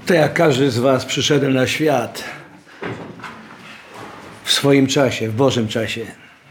To jak każdy z was przyszedł na świat w swoim czasie, w Bożym czasie.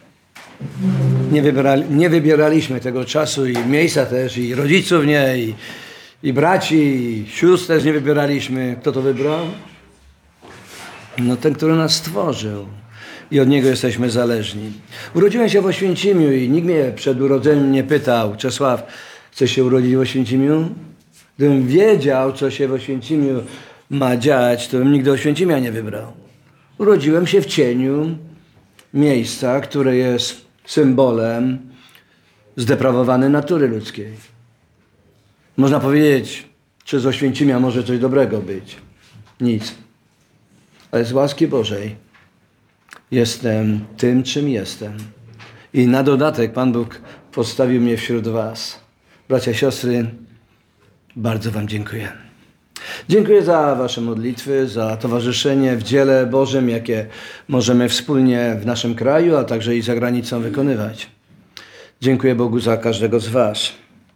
Nie wybieraliśmy tego czasu i miejsca też, i rodziców nie, i braci, i sióstr też nie wybieraliśmy. Kto to wybrał? No ten, który nas stworzył. I od Niego jesteśmy zależni. Urodziłem się w Oświęcimiu i nikt mnie przed urodzeniem nie pytał: Czesław, chcesz się urodzić w Oświęcimiu? Gdybym wiedział, co się w Oświęcimiu ma dziać, to bym nigdy Oświęcimia nie wybrał. Urodziłem się w cieniu miejsca, które jest symbolem zdeprawowanej natury ludzkiej. Można powiedzieć, czy z Oświęcimia może coś dobrego być? Nic. Ale z łaski Bożej jestem tym, czym jestem. I na dodatek Pan Bóg postawił mnie wśród was. Bracia, siostry, bardzo wam dziękuję. Dziękuję za wasze modlitwy, za towarzyszenie w dziele Bożym, jakie możemy wspólnie w naszym kraju, a także i za granicą wykonywać. Dziękuję Bogu za każdego z was.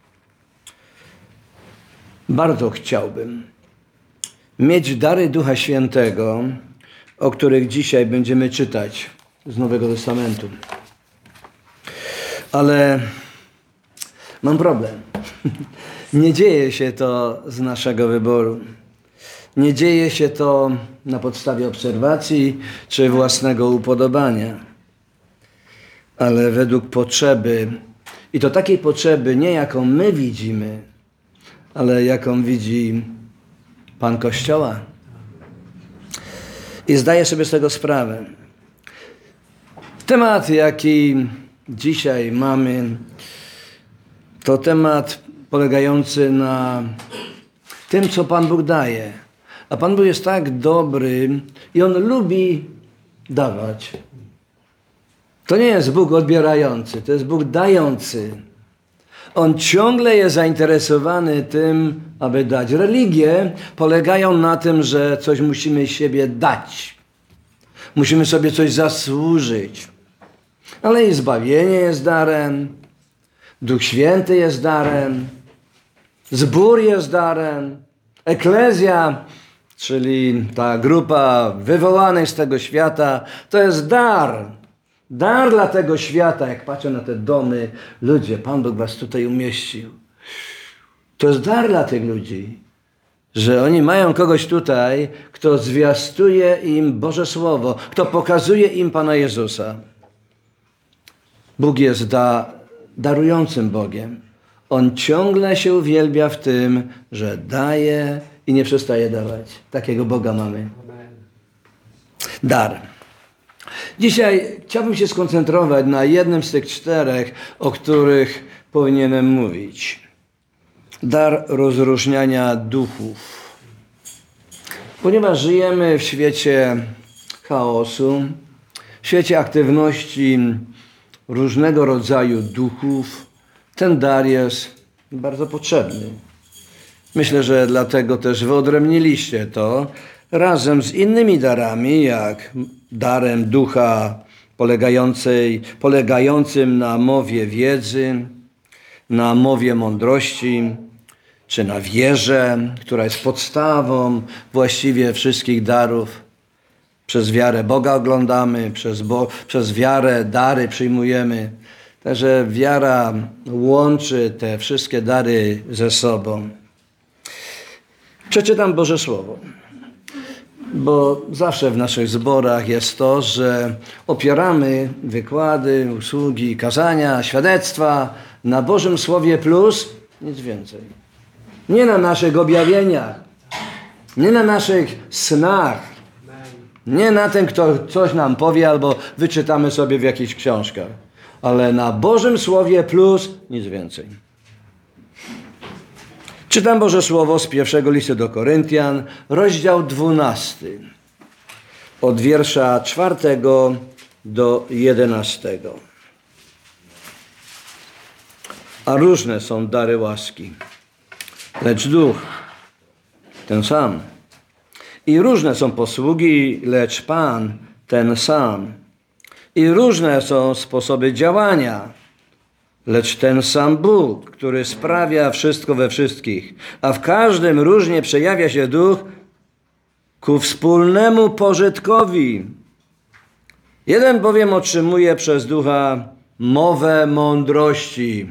Bardzo chciałbym mieć dary Ducha Świętego, o których dzisiaj będziemy czytać z Nowego Testamentu. Ale mam problem. Nie dzieje się to z naszego wyboru. Nie dzieje się to na podstawie obserwacji czy własnego upodobania, ale według potrzeby. I to takiej potrzeby nie jaką my widzimy, ale jaką widzi Pan Kościoła. I zdaję sobie z tego sprawę. Temat, jaki dzisiaj mamy, to temat polegający na tym, co Pan Bóg daje. A Pan Bóg jest tak dobry i On lubi dawać. To nie jest Bóg odbierający, to jest Bóg dający. On ciągle jest zainteresowany tym, aby dać. Religie polegają na tym, że coś musimy siebie dać. Musimy sobie coś zasłużyć. Ale i zbawienie jest darem, Duch Święty jest darem, zbór jest darem, eklezja, czyli ta grupa wywołanych z tego świata, to jest dar. Dar dla tego świata. Jak patrzę na te domy, ludzie, Pan Bóg was tutaj umieścił. To jest dar dla tych ludzi, że oni mają kogoś tutaj, kto zwiastuje im Boże Słowo, kto pokazuje im Pana Jezusa. Bóg jest darującym Bogiem. On ciągle się uwielbia w tym, że daje i nie przestaje dawać. Takiego Boga mamy. Dar. Dzisiaj chciałbym się skoncentrować na jednym z tych 4, o których powinienem mówić. Dar rozróżniania duchów. Ponieważ żyjemy w świecie chaosu, w świecie aktywności różnego rodzaju duchów, ten dar jest bardzo potrzebny. Myślę, że dlatego też wyodrębniliście to razem z innymi darami, jak darem ducha polegającym na mowie wiedzy, na mowie mądrości, czy na wierze, która jest podstawą właściwie wszystkich darów. Przez wiarę Boga oglądamy, przez wiarę dary przyjmujemy. Także wiara łączy te wszystkie dary ze sobą. Przeczytam Boże Słowo, bo zawsze w naszych zborach jest to, że opieramy wykłady, usługi, kazania, świadectwa na Bożym Słowie plus nic więcej. Nie na naszych objawieniach, nie na naszych snach, nie na tym, kto coś nam powie albo wyczytamy sobie w jakichś książkach, ale na Bożym Słowie plus nic więcej. Czytam Boże Słowo z 1 listu do Koryntian, rozdział 12, od wiersza 4 do 11. A różne są dary łaski, lecz Duch ten sam. I różne są posługi, lecz Pan ten sam. I różne są sposoby działania, lecz ten sam Bóg, który sprawia wszystko we wszystkich. A w każdym różnie przejawia się Duch ku wspólnemu pożytkowi. Jeden bowiem otrzymuje przez ducha mowę mądrości,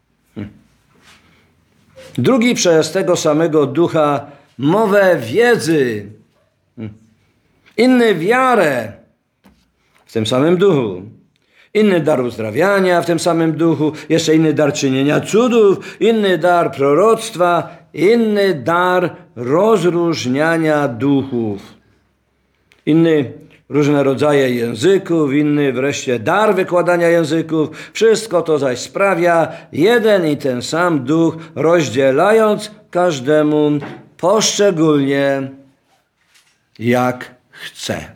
drugi przez tego samego ducha mowę wiedzy, inny wiarę w tym samym duchu, inny dar uzdrawiania w tym samym duchu, jeszcze inny dar czynienia cudów, inny dar proroctwa, inny dar rozróżniania duchów, inny różne rodzaje języków, inny wreszcie dar wykładania języków. Wszystko to zaś sprawia jeden i ten sam duch, rozdzielając każdemu poszczególnie jak chce.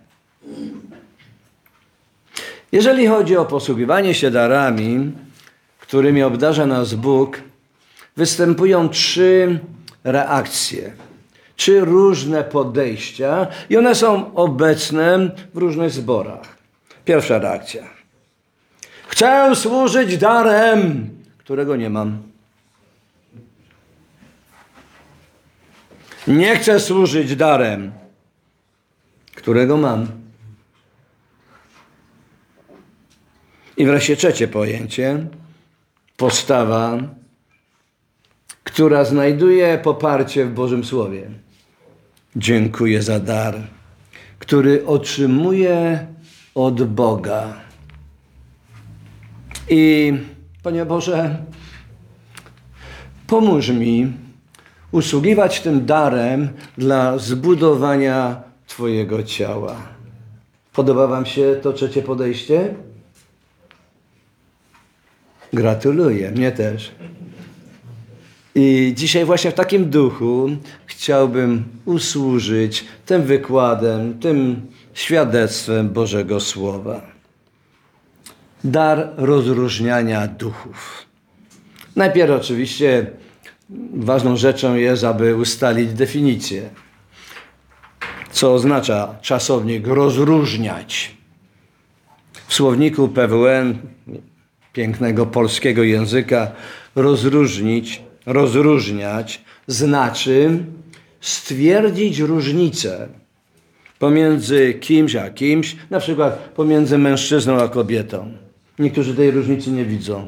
Jeżeli chodzi o posługiwanie się darami, którymi obdarza nas Bóg, występują 3 reakcje, 3 różne podejścia i one są obecne w różnych zborach. Pierwsza reakcja. Chcę służyć darem, którego nie mam. Nie chcę służyć darem, którego mam. I wreszcie trzecie pojęcie, postawa, która znajduje poparcie w Bożym Słowie. Dziękuję za dar, który otrzymuję od Boga. I Panie Boże, pomóż mi usługiwać tym darem dla zbudowania Twojego ciała. Podoba Wam się to trzecie podejście? Gratuluję, mnie też. I dzisiaj właśnie w takim duchu chciałbym usłużyć tym wykładem, tym świadectwem Bożego Słowa. Dar rozróżniania duchów. Najpierw oczywiście ważną rzeczą jest, aby ustalić definicję. Co oznacza czasownik rozróżniać? W słowniku PWN pięknego polskiego języka rozróżniać znaczy stwierdzić różnicę pomiędzy kimś a kimś, na przykład pomiędzy mężczyzną a kobietą. Niektórzy tej różnicy nie widzą.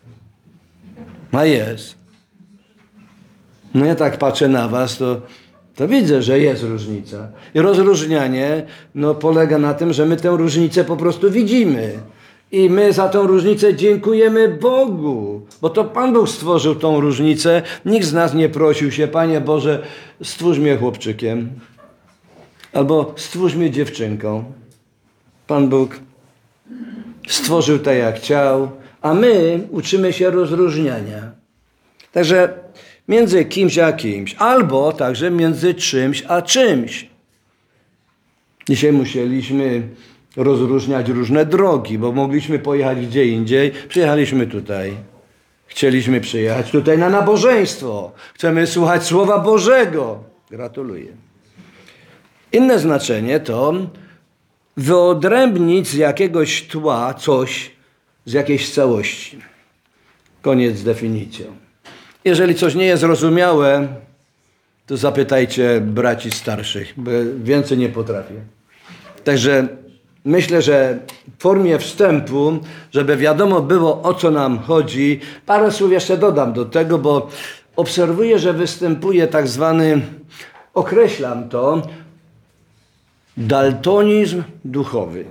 A jest. No ja tak patrzę na was, to widzę, że jest różnica. I rozróżnianie polega na tym, że my tę różnicę po prostu widzimy. I my za tą różnicę dziękujemy Bogu, bo to Pan Bóg stworzył tą różnicę. Nikt z nas nie prosił się, Panie Boże, stwórz mnie chłopczykiem albo stwórz mnie dziewczynką. Pan Bóg stworzył tak, jak chciał, a my uczymy się rozróżniania. Także między kimś a kimś, albo także między czymś a czymś. Dzisiaj musieliśmy rozróżniać różne drogi, bo mogliśmy pojechać gdzie indziej, przyjechaliśmy tutaj. Chcieliśmy przyjechać tutaj na nabożeństwo. Chcemy słuchać Słowa Bożego. Gratuluję. Inne znaczenie to wyodrębnić z jakiegoś tła coś z jakiejś całości. Koniec z definicją. Jeżeli coś nie jest zrozumiałe, to zapytajcie braci starszych, bo więcej nie potrafię. Także myślę, że w formie wstępu, żeby wiadomo było, o co nam chodzi, parę słów jeszcze dodam do tego, bo obserwuję, że występuje tak zwany, określam to, daltonizm duchowy.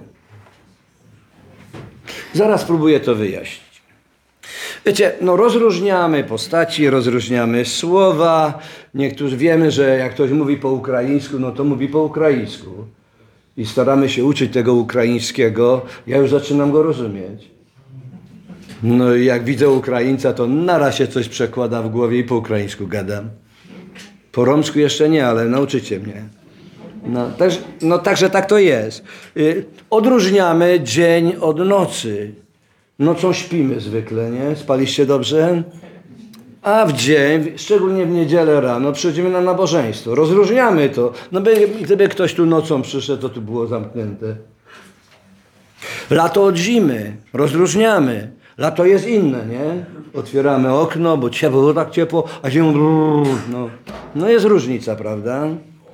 Zaraz spróbuję to wyjaśnić. Wiecie, rozróżniamy postaci, rozróżniamy słowa. Niektórzy wiemy, że jak ktoś mówi po ukraińsku, to mówi po ukraińsku. I staramy się uczyć tego ukraińskiego. Ja już zaczynam go rozumieć. I jak widzę Ukraińca, to naraz się coś przekłada w głowie i po ukraińsku gadam. Po romsku jeszcze nie, ale nauczycie mnie. Także tak to jest. Odróżniamy dzień od nocy. Nocą śpimy zwykle, nie? Spaliście dobrze? A w dzień, szczególnie w niedzielę rano, przychodzimy na nabożeństwo. Rozróżniamy to. Gdyby ktoś tu nocą przyszedł, to tu było zamknięte. Lato od zimy. Rozróżniamy. Lato jest inne, nie? Otwieramy okno, bo ciepło, tak ciepło, a zimą... jest różnica, prawda?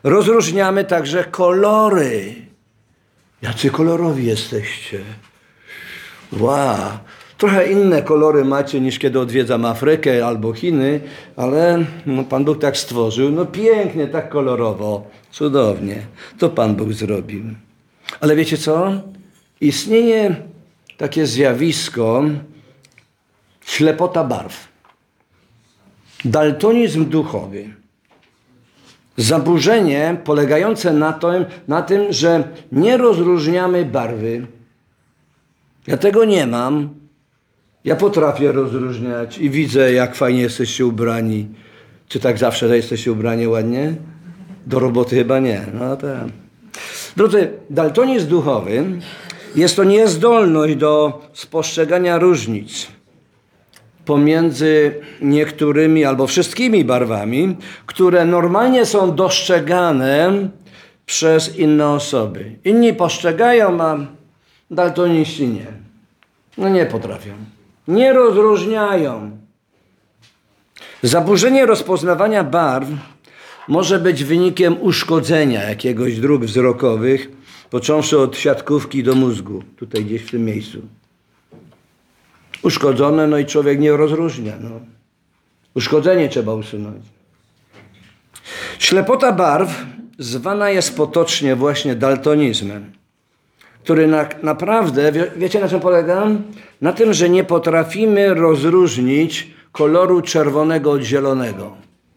Rozróżniamy także kolory. Jacy kolorowi jesteście. Wow. Trochę inne kolory macie niż kiedy odwiedzam Afrykę albo Chiny, ale Pan Bóg tak stworzył. Pięknie, tak kolorowo. Cudownie. To Pan Bóg zrobił. Ale wiecie co? Istnieje takie zjawisko ślepota barw. Daltonizm duchowy. Zaburzenie polegające na tym, że nie rozróżniamy barwy. Ja tego nie mam. Ja potrafię rozróżniać i widzę, jak fajnie jesteście ubrani. Czy tak zawsze jesteście ubrani ładnie? Do roboty chyba nie. No tak. Drodzy, daltonizm duchowy jest to niezdolność do spostrzegania różnic pomiędzy niektórymi albo wszystkimi barwami, które normalnie są dostrzegane przez inne osoby. Inni postrzegają, a daltoniści nie. Nie potrafią. Nie rozróżniają. Zaburzenie rozpoznawania barw może być wynikiem uszkodzenia jakiegoś dróg wzrokowych, począwszy od siatkówki do mózgu, tutaj gdzieś w tym miejscu. Uszkodzone, i człowiek nie rozróżnia. Uszkodzenie trzeba usunąć. Ślepota barw zwana jest potocznie właśnie daltonizmem, który naprawdę, wiecie na czym polega? Na tym, że nie potrafimy rozróżnić koloru czerwonego od zielonego.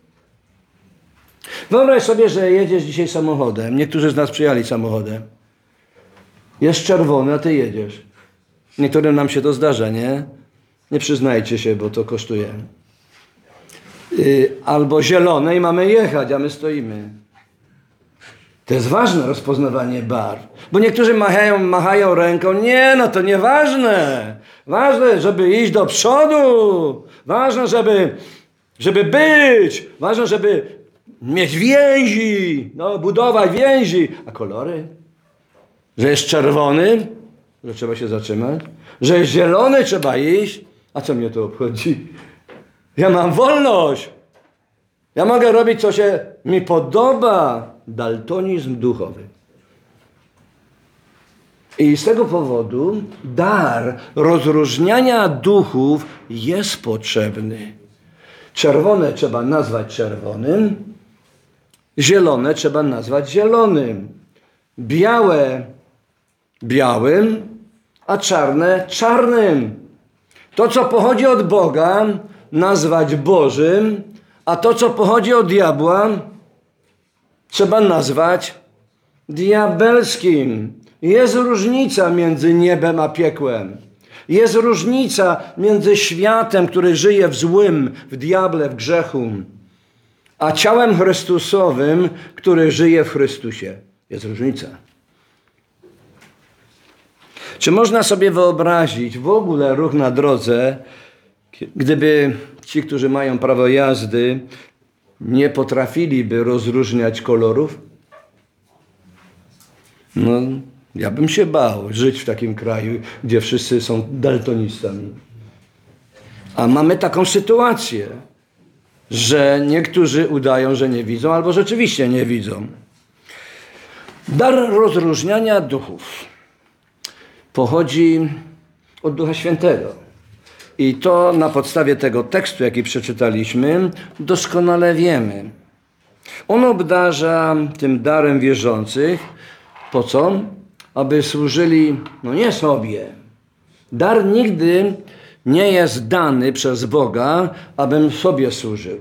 Wyobraź sobie, że jedziesz dzisiaj samochodem. Niektórzy z nas przyjechali samochodem. Jest czerwony, a ty jedziesz. Niektórym nam się to zdarza, nie? Nie przyznajcie się, bo to kosztuje. Albo zielone i mamy jechać, a my stoimy. To jest ważne rozpoznawanie barw. Bo niektórzy machają ręką. Nie, to nieważne. Ważne, żeby iść do przodu. Ważne, żeby być. Ważne, żeby mieć więzi. Budować więzi. A kolory? Że jest czerwony, że trzeba się zatrzymać. Że jest zielony, trzeba iść. A co mnie to obchodzi? Ja mam wolność. Ja mogę robić, co się mi podoba. Daltonizm duchowy. I z tego powodu dar rozróżniania duchów jest potrzebny. Czerwone trzeba nazwać czerwonym, zielone trzeba nazwać zielonym, białe białym, a czarne czarnym. To, co pochodzi od Boga, nazwać Bożym, a to, co pochodzi od diabła, trzeba nazwać diabelskim. Jest różnica między niebem a piekłem. Jest różnica między światem, który żyje w złym, w diable, w grzechu, a ciałem Chrystusowym, który żyje w Chrystusie. Jest różnica. Czy można sobie wyobrazić w ogóle ruch na drodze, gdyby ci, którzy mają prawo jazdy, nie potrafiliby rozróżniać kolorów? Ja bym się bał żyć w takim kraju, gdzie wszyscy są daltonistami. A mamy taką sytuację, że niektórzy udają, że nie widzą, albo rzeczywiście nie widzą. Dar rozróżniania duchów pochodzi od Ducha Świętego. I to na podstawie tego tekstu, jaki przeczytaliśmy, doskonale wiemy. On obdarza tym darem wierzących. Po co? Aby służyli, nie sobie. Dar nigdy nie jest dany przez Boga, abym sobie służył.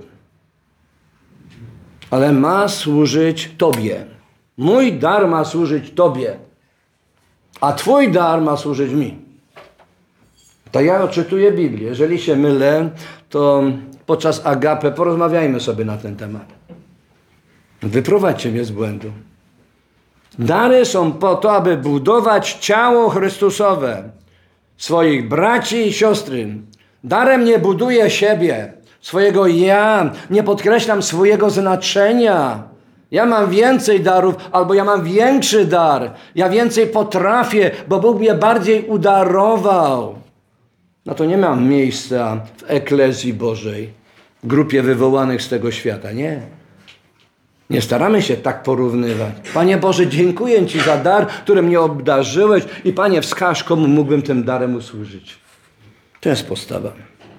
Ale ma służyć Tobie. Mój dar ma służyć Tobie. A Twój dar ma służyć mi. To ja odczytuję Biblię. Jeżeli się mylę, to podczas agape porozmawiajmy sobie na ten temat. Wyprowadźcie mnie z błędu. Dary są po to, aby budować ciało Chrystusowe, swoich braci i siostry. Darem nie buduję siebie, swojego ja, nie podkreślam swojego znaczenia. Ja mam więcej darów, albo ja mam większy dar. Ja więcej potrafię, bo Bóg mnie bardziej udarował. To nie mam miejsca w eklezji Bożej, w grupie wywołanych z tego świata, nie. Nie staramy się tak porównywać. Panie Boże, dziękuję Ci za dar, którym mnie obdarzyłeś i Panie, wskaż, komu mógłbym tym darem usłużyć. To jest postawa.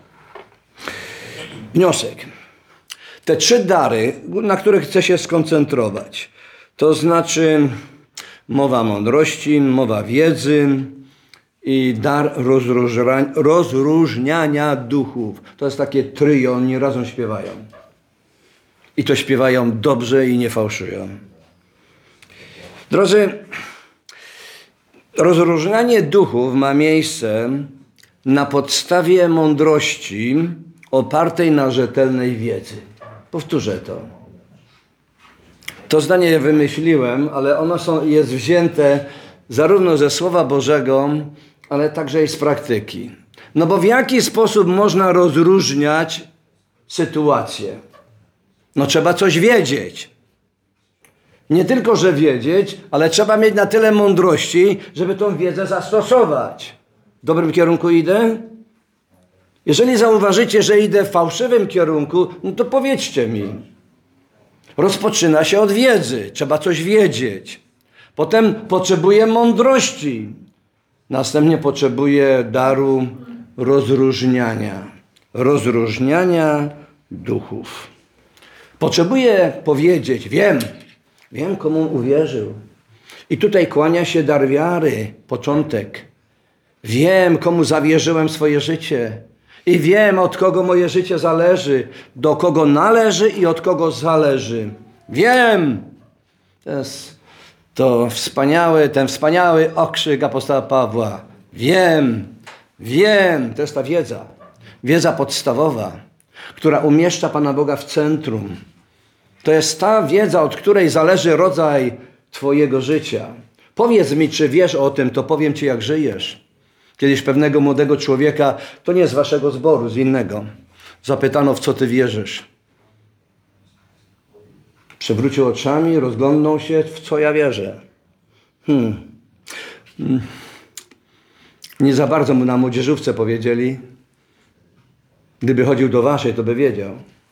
Wniosek. Te 3 dary, na których chcę się skoncentrować, to znaczy mowa mądrości, mowa wiedzy i dar rozróżniania duchów. To jest takie trio, oni razem śpiewają. I to śpiewają dobrze i nie fałszują. Drodzy, rozróżnianie duchów ma miejsce na podstawie mądrości opartej na rzetelnej wiedzy. Powtórzę to. To zdanie wymyśliłem, ale ono jest wzięte zarówno ze Słowa Bożego, ale także i z praktyki. No bo w jaki sposób można rozróżniać sytuację? No trzeba coś wiedzieć. Nie tylko, że wiedzieć, ale trzeba mieć na tyle mądrości, żeby tą wiedzę zastosować. W dobrym kierunku idę? Jeżeli zauważycie, że idę w fałszywym kierunku, no to powiedzcie mi. Rozpoczyna się od wiedzy. Trzeba coś wiedzieć. Potem potrzebuję mądrości. Następnie potrzebuję daru rozróżniania. Rozróżniania duchów. Potrzebuję powiedzieć, wiem komu uwierzył. I tutaj kłania się dar wiary, początek. Wiem komu zawierzyłem swoje życie. I wiem od kogo moje życie zależy, do kogo należy i od kogo zależy. Wiem. To jest ten wspaniały okrzyk apostoła Pawła. Wiem. To jest ta wiedza. Wiedza podstawowa, która umieszcza Pana Boga w centrum. To jest ta wiedza, od której zależy rodzaj twojego życia. Powiedz mi, czy wiesz o tym, to powiem ci, jak żyjesz. Kiedyś pewnego młodego człowieka, to nie z waszego zboru, z innego, zapytano, w co ty wierzysz. Przewrócił oczami, rozglądnął się, w co ja wierzę. Nie za bardzo mu na młodzieżówce powiedzieli. Gdyby chodził do waszej, to by wiedział.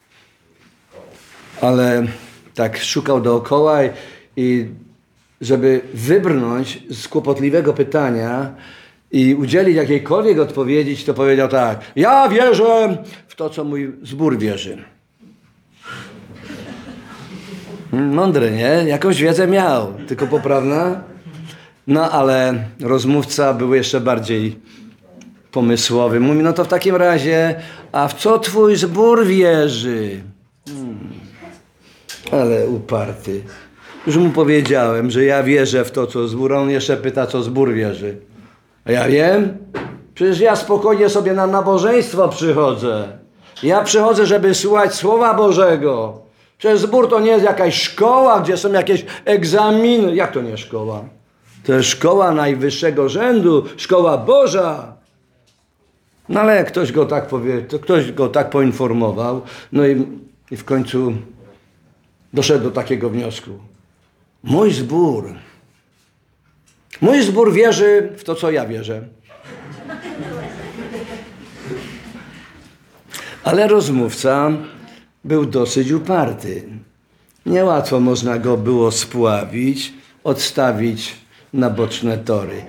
Ale tak szukał dookoła i żeby wybrnąć z kłopotliwego pytania i udzielić jakiejkolwiek odpowiedzi, to powiedział tak: ja wierzę w to, co mój zbór wierzy. Mądry, nie? Jakąś wiedzę miał, tylko poprawna. No ale rozmówca był jeszcze bardziej pomysłowy. Mówi, no to w takim razie, a w co twój zbór wierzy? Ale uparty. Już mu powiedziałem, że ja wierzę w to, co zbór. On jeszcze pyta, co zbór wierzy. A ja wiem. Przecież ja spokojnie sobie na nabożeństwo przychodzę. Ja przychodzę, żeby słuchać Słowa Bożego. Przecież zbór to nie jest jakaś szkoła, gdzie są jakieś egzaminy. Jak to nie szkoła? To jest szkoła najwyższego rzędu, szkoła Boża. No ale ktoś go tak poinformował, no i w końcu doszedł do takiego wniosku. Mój zbór wierzy w to, co ja wierzę. Ale rozmówca był dosyć uparty. Niełatwo można go było spławić, odstawić na boczne tory.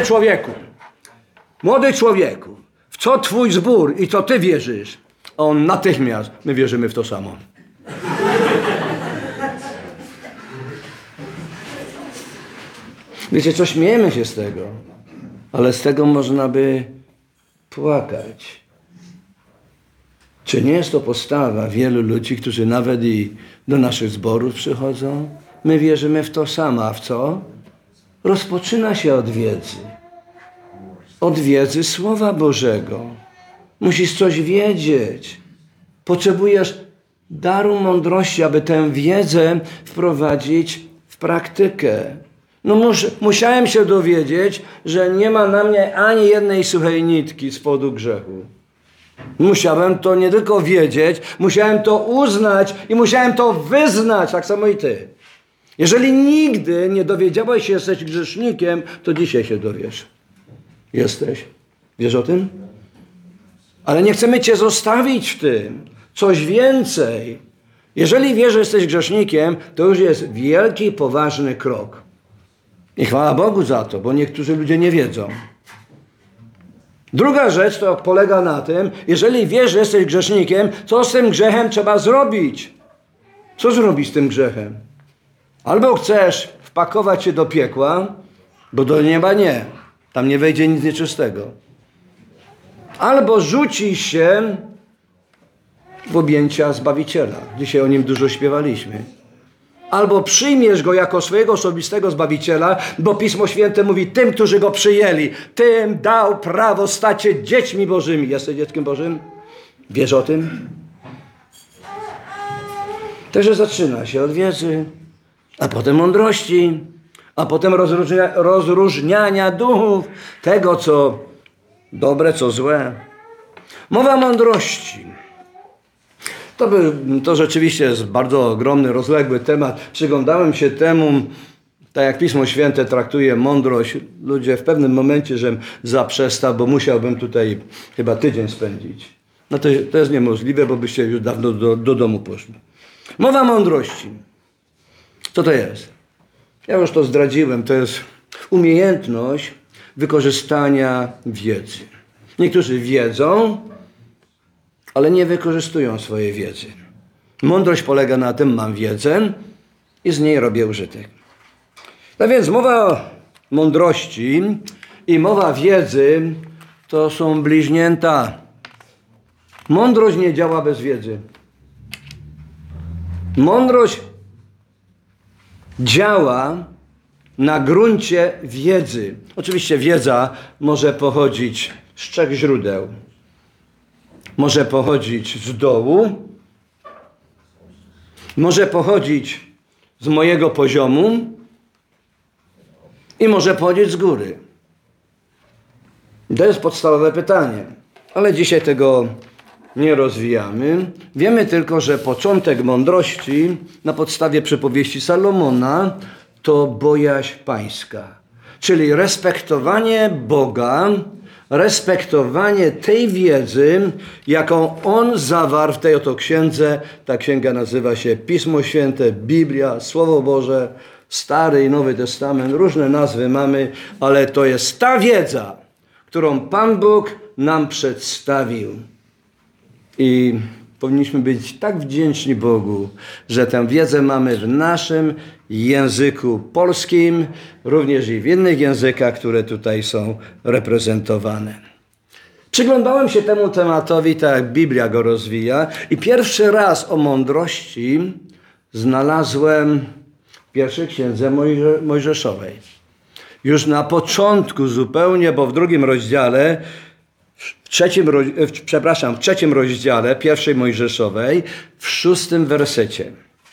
Młody człowieku, w co twój zbór i co ty wierzysz? A on natychmiast, my wierzymy w to samo. Wiecie co, śmiejemy się z tego, ale z tego można by płakać. Czy nie jest to postawa wielu ludzi, którzy nawet i do naszych zborów przychodzą? My wierzymy w to samo, a w co? Rozpoczyna się od wiedzy. Od wiedzy Słowa Bożego. Musisz coś wiedzieć. Potrzebujesz daru mądrości, aby tę wiedzę wprowadzić w praktykę. No musiałem się dowiedzieć, że nie ma na mnie ani jednej suchej nitki z powodu grzechu. Musiałem to nie tylko wiedzieć, musiałem to uznać i musiałem to wyznać, tak samo i ty. Jeżeli nigdy nie dowiedziałeś się, że jesteś grzesznikiem, to dzisiaj się dowiesz. Jesteś. Wiesz o tym? Ale nie chcemy cię zostawić w tym. Coś więcej. Jeżeli wiesz, że jesteś grzesznikiem, to już jest wielki, poważny krok. I chwała Bogu za to, bo niektórzy ludzie nie wiedzą. Druga rzecz to polega na tym, jeżeli wiesz, że jesteś grzesznikiem, co z tym grzechem trzeba zrobić? Co zrobić z tym grzechem? Albo chcesz wpakować się do piekła, bo do nieba nie. Tam nie wejdzie nic nieczystego. Albo rzucisz się w objęcia Zbawiciela. Dzisiaj o nim dużo śpiewaliśmy. Albo przyjmiesz go jako swojego osobistego Zbawiciela, bo Pismo Święte mówi, tym, którzy go przyjęli, tym dał prawo stać się dziećmi Bożymi. Jesteś dzieckiem Bożym? Wiesz o tym? Także zaczyna się od wiedzy, a potem mądrości, a potem rozróżniania duchów, tego, co dobre, co złe. Mowa mądrości. To rzeczywiście jest bardzo ogromny, rozległy temat. Przyglądałem się temu, tak jak Pismo Święte traktuje mądrość. Ludzie w pewnym momencie, żem zaprzestał, bo musiałbym tutaj chyba tydzień spędzić. No to jest niemożliwe, bo byście już dawno do domu poszli. Mowa mądrości. Co to jest? Ja już to zdradziłem. To jest umiejętność wykorzystania wiedzy. Niektórzy wiedzą, ale nie wykorzystują swojej wiedzy. Mądrość polega na tym, mam wiedzę i z niej robię użytek. No więc mowa mądrości i mowa wiedzy to są bliźnięta. Mądrość nie działa bez wiedzy. Mądrość działa na gruncie wiedzy. Oczywiście wiedza może pochodzić z 3 źródeł. Może pochodzić z dołu, może pochodzić z mojego poziomu i może pochodzić z góry. To jest podstawowe pytanie, ale dzisiaj tego nie rozwijamy. Wiemy tylko, że początek mądrości na podstawie przypowieści Salomona to bojaźń pańska, czyli respektowanie Boga, respektowanie tej wiedzy, jaką On zawarł w tej oto księdze. Ta księga nazywa się Pismo Święte, Biblia, Słowo Boże, Stary i Nowy Testament. Różne nazwy mamy, ale to jest ta wiedza, którą Pan Bóg nam przedstawił. I powinniśmy być tak wdzięczni Bogu, że tę wiedzę mamy w naszym języku polskim, również i w innych językach, które tutaj są reprezentowane. Przyglądałem się temu tematowi, tak jak Biblia go rozwija, i pierwszy raz o mądrości znalazłem w pierwszej księdze Mojżeszowej. Już na początku zupełnie, bo w 2 rozdziale, w trzecim rozdziale pierwszej Mojżeszowej, w 6 wersecie.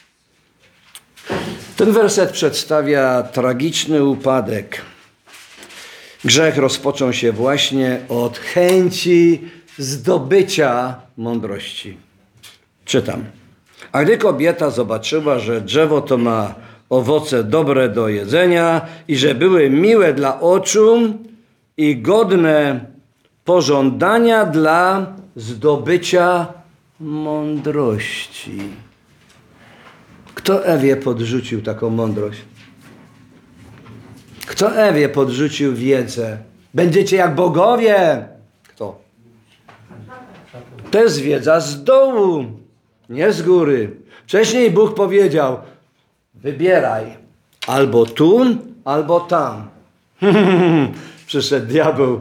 Ten werset przedstawia tragiczny upadek. Grzech rozpoczął się właśnie od chęci zdobycia mądrości. Czytam. A gdy kobieta zobaczyła, że drzewo to ma owoce dobre do jedzenia i że były miłe dla oczu i godne pożądania dla zdobycia mądrości. Kto Ewie podrzucił taką mądrość? Kto Ewie podrzucił wiedzę? Będziecie jak bogowie. Kto? To jest wiedza z dołu, nie z góry. Wcześniej Bóg powiedział, wybieraj albo tu, albo tam. Przyszedł diabeł.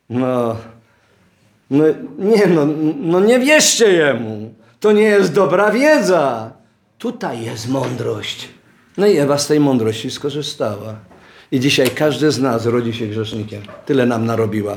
Nie wierzcie jemu. To nie jest dobra wiedza. Tutaj jest mądrość. No i Ewa z tej mądrości skorzystała. I dzisiaj każdy z nas rodzi się grzesznikiem. Tyle nam narobiła.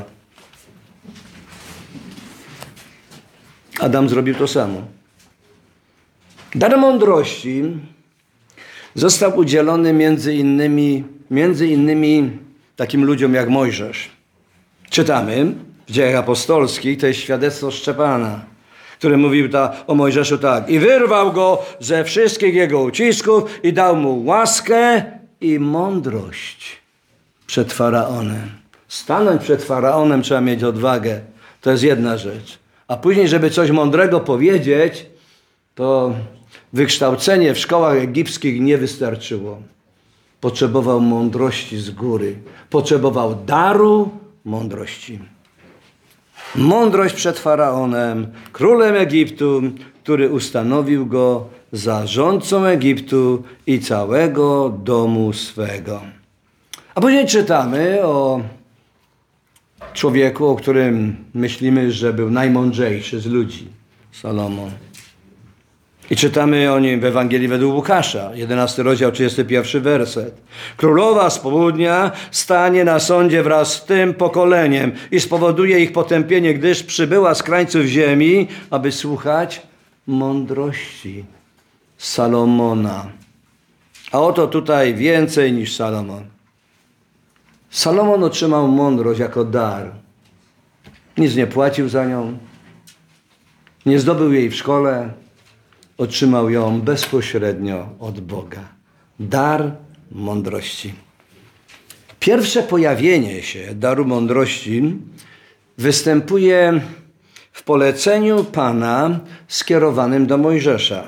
Adam zrobił to samo. Dar mądrości został udzielony między innymi takim ludziom jak Mojżesz. Czytamy w Dziejach Apostolskich, to jest świadectwo Szczepana, który mówił o Mojżeszu tak. I wyrwał go ze wszystkich jego ucisków i dał mu łaskę i mądrość przed Faraonem. Stanąć przed Faraonem trzeba mieć odwagę. To jest jedna rzecz. A później, żeby coś mądrego powiedzieć, to Wykształcenie w szkołach egipskich nie wystarczyło. Potrzebował mądrości z góry. Potrzebował daru mądrości. Mądrość przed Faraonem, królem Egiptu, który ustanowił go zarządcą Egiptu i całego domu swego. A później czytamy o człowieku, o którym myślimy, że był najmądrzejszy z ludzi. Salomon. I czytamy o nim w Ewangelii według Łukasza, 11 rozdział, 31 werset. Królowa z południa stanie na sądzie wraz z tym pokoleniem i spowoduje ich potępienie, gdyż przybyła z krańców ziemi, aby słuchać mądrości Salomona. A oto tutaj więcej niż Salomon. Salomon otrzymał mądrość jako dar. Nic nie płacił za nią. Nie zdobył jej w szkole. Otrzymał ją bezpośrednio od Boga. Dar mądrości. Pierwsze pojawienie się daru mądrości występuje w poleceniu Pana skierowanym do Mojżesza.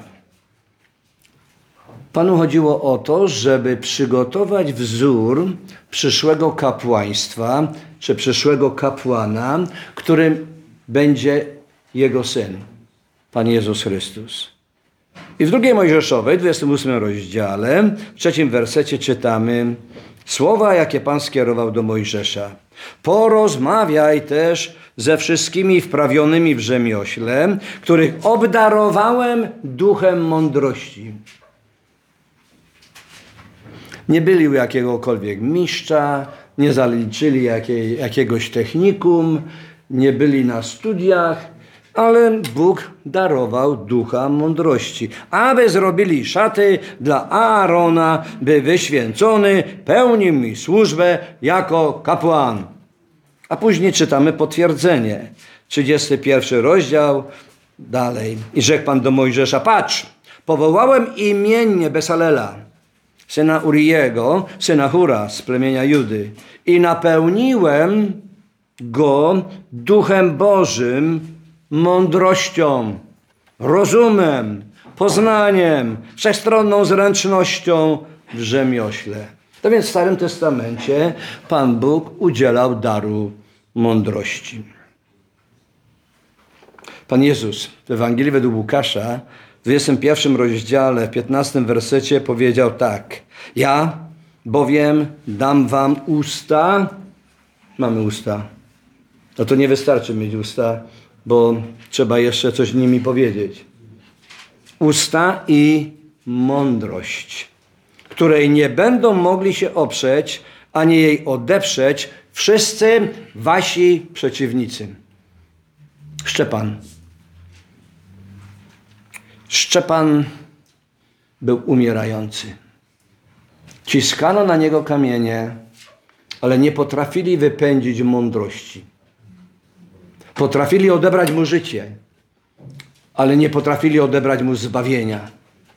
Panu chodziło o to, żeby przygotować wzór przyszłego kapłaństwa, czy przyszłego kapłana, którym będzie jego syn, Pan Jezus Chrystus. I w 2 Mojżeszowej, 28 rozdziale, w 3 wersecie czytamy słowa, jakie Pan skierował do Mojżesza. Porozmawiaj też ze wszystkimi wprawionymi w rzemiośle, których obdarowałem duchem mądrości. Nie byli u jakiegokolwiek mistrza, nie zaliczyli jakiegoś technikum, nie byli na studiach, ale Bóg darował ducha mądrości, aby zrobili szaty dla Aarona, by wyświęcony pełnił mi służbę jako kapłan. A później czytamy potwierdzenie. 31 rozdział, dalej. I rzekł Pan do Mojżesza, patrz, powołałem imiennie Besalela, syna Uriego, syna Hura z plemienia Judy i napełniłem go duchem Bożym, mądrością, rozumem, poznaniem, wszechstronną zręcznością w rzemiośle. To więc w Starym Testamencie Pan Bóg udzielał daru mądrości. Pan Jezus w Ewangelii według Łukasza w 21 rozdziale, w 15 wersecie powiedział tak. Ja bowiem dam wam usta. Mamy usta. No to nie wystarczy mieć usta, bo trzeba jeszcze coś nimi powiedzieć. Usta i mądrość, której nie będą mogli się oprzeć, ani jej odeprzeć wszyscy wasi przeciwnicy. Szczepan był umierający. Ciskano na niego kamienie, ale nie potrafili wypędzić mądrości. Potrafili odebrać mu życie, ale nie potrafili odebrać mu zbawienia.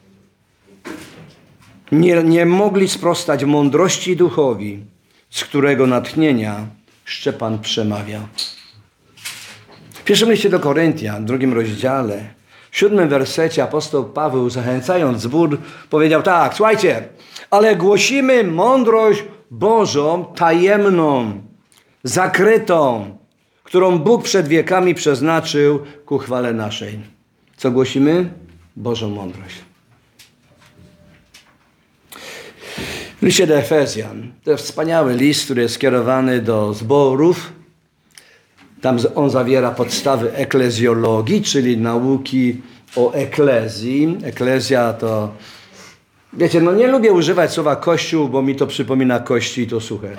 Nie mogli sprostać mądrości duchowi, z którego natchnienia Szczepan przemawia. W pierwszym liście do Koryntian, w 2 rozdziale, w 7 wersecie apostoł Paweł, zachęcając zbór, powiedział tak, słuchajcie, ale głosimy mądrość Bożą, tajemną, zakrytą, którą Bóg przed wiekami przeznaczył ku chwale naszej. Co głosimy? Bożą mądrość. W liście do Efezjan, to jest wspaniały list, który jest skierowany do zborów. Tam on zawiera podstawy eklezjologii, czyli nauki o eklezji. Eklezja to, wiecie, no nie lubię używać słowa kościół, bo mi to przypomina kości i to suche.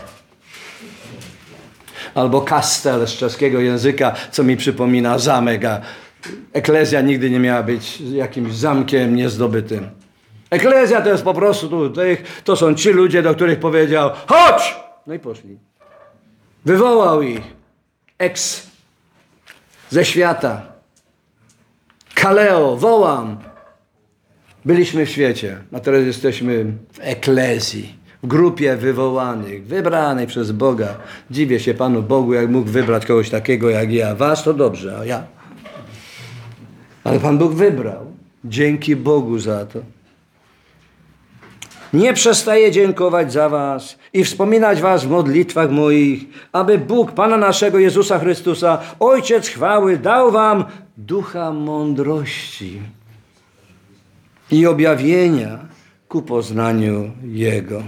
Albo kastel z czeskiego języka, co mi przypomina zamek, a eklezja nigdy nie miała być jakimś zamkiem niezdobytym. Eklezja to jest po prostu to są ci ludzie, do których powiedział chodź! No i poszli. Wywołał ich ze świata. Kaleo, wołam. Byliśmy w świecie, a teraz jesteśmy w eklezji, w grupie wywołanych, wybranej przez Boga. Dziwię się Panu Bogu, jak mógł wybrać kogoś takiego jak ja. Was to dobrze, a ja. Ale Pan Bóg wybrał. Dzięki Bogu za to. Nie przestaję dziękować za was i wspominać was w modlitwach moich, aby Bóg Pana naszego Jezusa Chrystusa, Ojciec chwały, dał wam ducha mądrości i objawienia ku poznaniu Jego.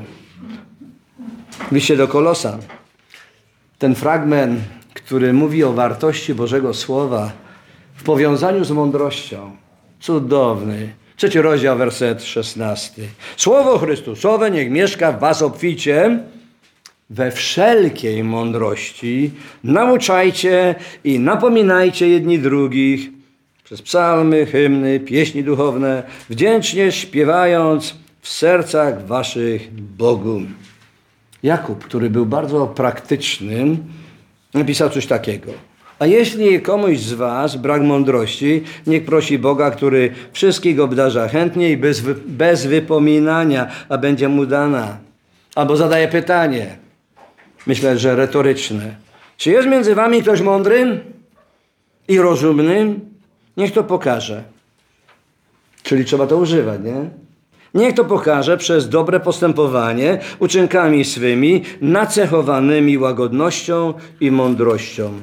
W liście do Kolosan, ten fragment, który mówi o wartości Bożego Słowa w powiązaniu z mądrością, cudowny. 3 rozdział, werset 16. Słowo Chrystusowe niech mieszka w was obficie, we wszelkiej mądrości. Nauczajcie i napominajcie jedni drugich przez psalmy, hymny, pieśni duchowne, wdzięcznie śpiewając w sercach waszych Bogu. Jakub, który był bardzo praktycznym, napisał coś takiego. A jeśli komuś z was brak mądrości, niech prosi Boga, który wszystkich obdarza chętnie i bez wypominania, a będzie mu dana. Albo zadaje pytanie, myślę, że retoryczne. Czy jest między wami ktoś mądry i rozumny? Niech to pokaże. Czyli trzeba to używać, nie? Niech to pokaże przez dobre postępowanie, uczynkami swymi, nacechowanymi łagodnością i mądrością.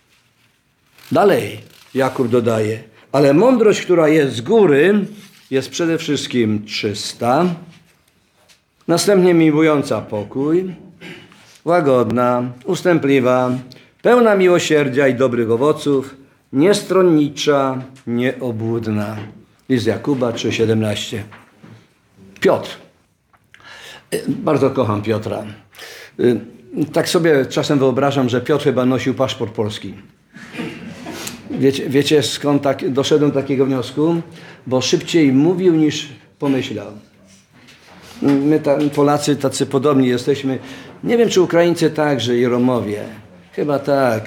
Dalej Jakub dodaje, ale mądrość, która jest z góry, jest przede wszystkim czysta, następnie miłująca pokój, łagodna, ustępliwa, pełna miłosierdzia i dobrych owoców, niestronnicza, nieobłudna. List Jakuba 3,17. Piotr. Bardzo kocham Piotra. Tak sobie czasem wyobrażam, że Piotr chyba nosił paszport polski. Wiecie skąd doszedłem do takiego wniosku? Bo szybciej mówił niż pomyślał. My Polacy tacy podobni jesteśmy. Nie wiem, czy Ukraińcy także i Romowie. Chyba tak.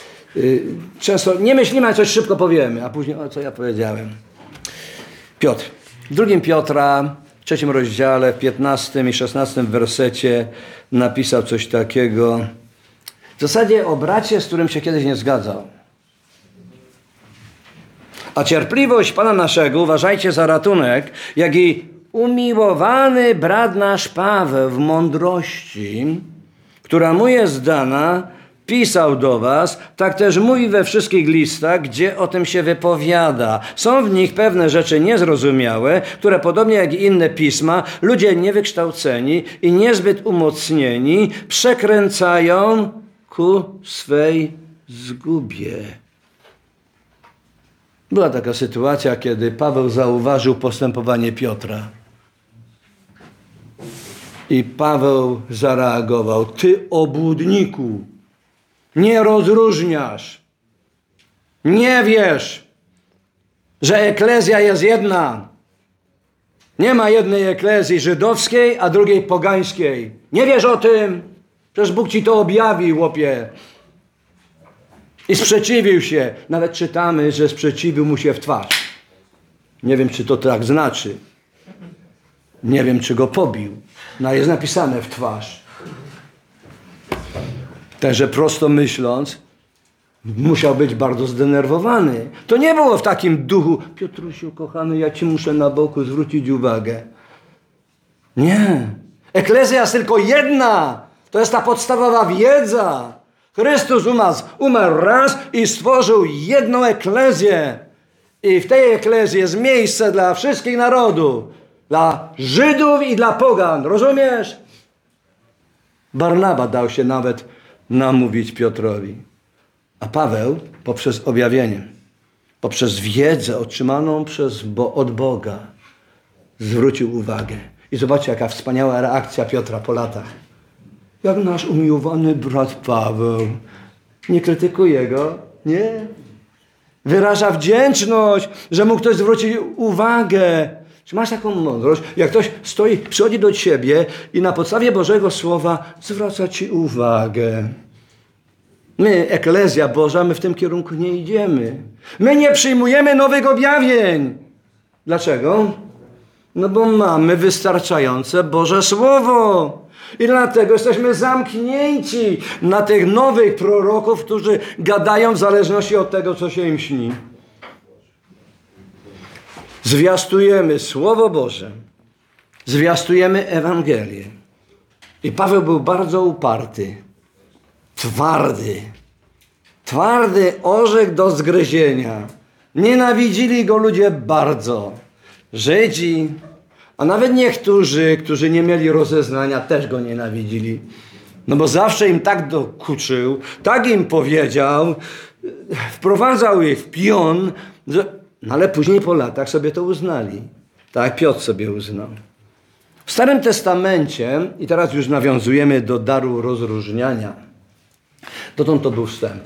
Często nie myślimy, a coś szybko powiemy, a później o co ja powiedziałem. Piotr. W 2 Piotra, w 3 rozdziale, w 15 i 16 wersecie napisał coś takiego. W zasadzie o bracie, z którym się kiedyś nie zgadzał. A cierpliwość Pana naszego uważajcie za ratunek, jak i umiłowany brat nasz Paweł w mądrości, która mu jest dana, pisał do was, tak też mówi we wszystkich listach, gdzie o tym się wypowiada. Są w nich pewne rzeczy niezrozumiałe, które podobnie jak i inne pisma, ludzie niewykształceni i niezbyt umocnieni przekręcają ku swej zgubie. Była taka sytuacja, kiedy Paweł zauważył postępowanie Piotra. I Paweł zareagował: ty obłudniku, nie rozróżniasz, nie wiesz, że eklezja jest jedna. Nie ma jednej eklezji żydowskiej, a drugiej pogańskiej. Nie wiesz o tym? Przecież Bóg ci to objawił, łopie. I sprzeciwił się. Nawet czytamy, że sprzeciwił mu się w twarz. Nie wiem, czy to tak znaczy. Nie wiem, czy go pobił. No jest napisane w twarz. Także prosto myśląc, musiał być bardzo zdenerwowany. To nie było w takim duchu: Piotrusiu, kochany, ja ci muszę na boku zwrócić uwagę. Nie. Eklezja jest tylko jedna. To jest ta podstawowa wiedza. Chrystus umarł raz i stworzył jedną eklezję. I w tej eklezji jest miejsce dla wszystkich narodów. Dla Żydów i dla pogan. Rozumiesz? Barnaba dał się nawet namówić Piotrowi. A Paweł poprzez objawienie, poprzez wiedzę otrzymaną od Boga zwrócił uwagę. I zobaczcie, jaka wspaniała reakcja Piotra po latach. Jak nasz umiłowany brat Paweł. Nie krytykuje go, nie? Wyraża wdzięczność, że mu ktoś zwróci uwagę. Czy masz taką mądrość? Jak ktoś przychodzi do ciebie i na podstawie Bożego Słowa zwraca ci uwagę. My, eklezja Boża, my w tym kierunku nie idziemy. My nie przyjmujemy nowych objawień. Dlaczego? No bo mamy wystarczające Boże Słowo. I dlatego jesteśmy zamknięci na tych nowych proroków, którzy gadają w zależności od tego, co się im śni. Zwiastujemy Słowo Boże. Zwiastujemy Ewangelię. I Paweł był bardzo uparty. Twardy orzech do zgryzienia. Nienawidzili go ludzie bardzo. Żydzi, a nawet niektórzy, którzy nie mieli rozeznania, też go nienawidzili. No bo zawsze im tak dokuczył, tak im powiedział, wprowadzał ich w pion, ale później po latach sobie to uznali. Tak jak Piotr sobie uznał. W Starym Testamencie, i teraz już nawiązujemy do daru rozróżniania. Dotąd to był wstęp.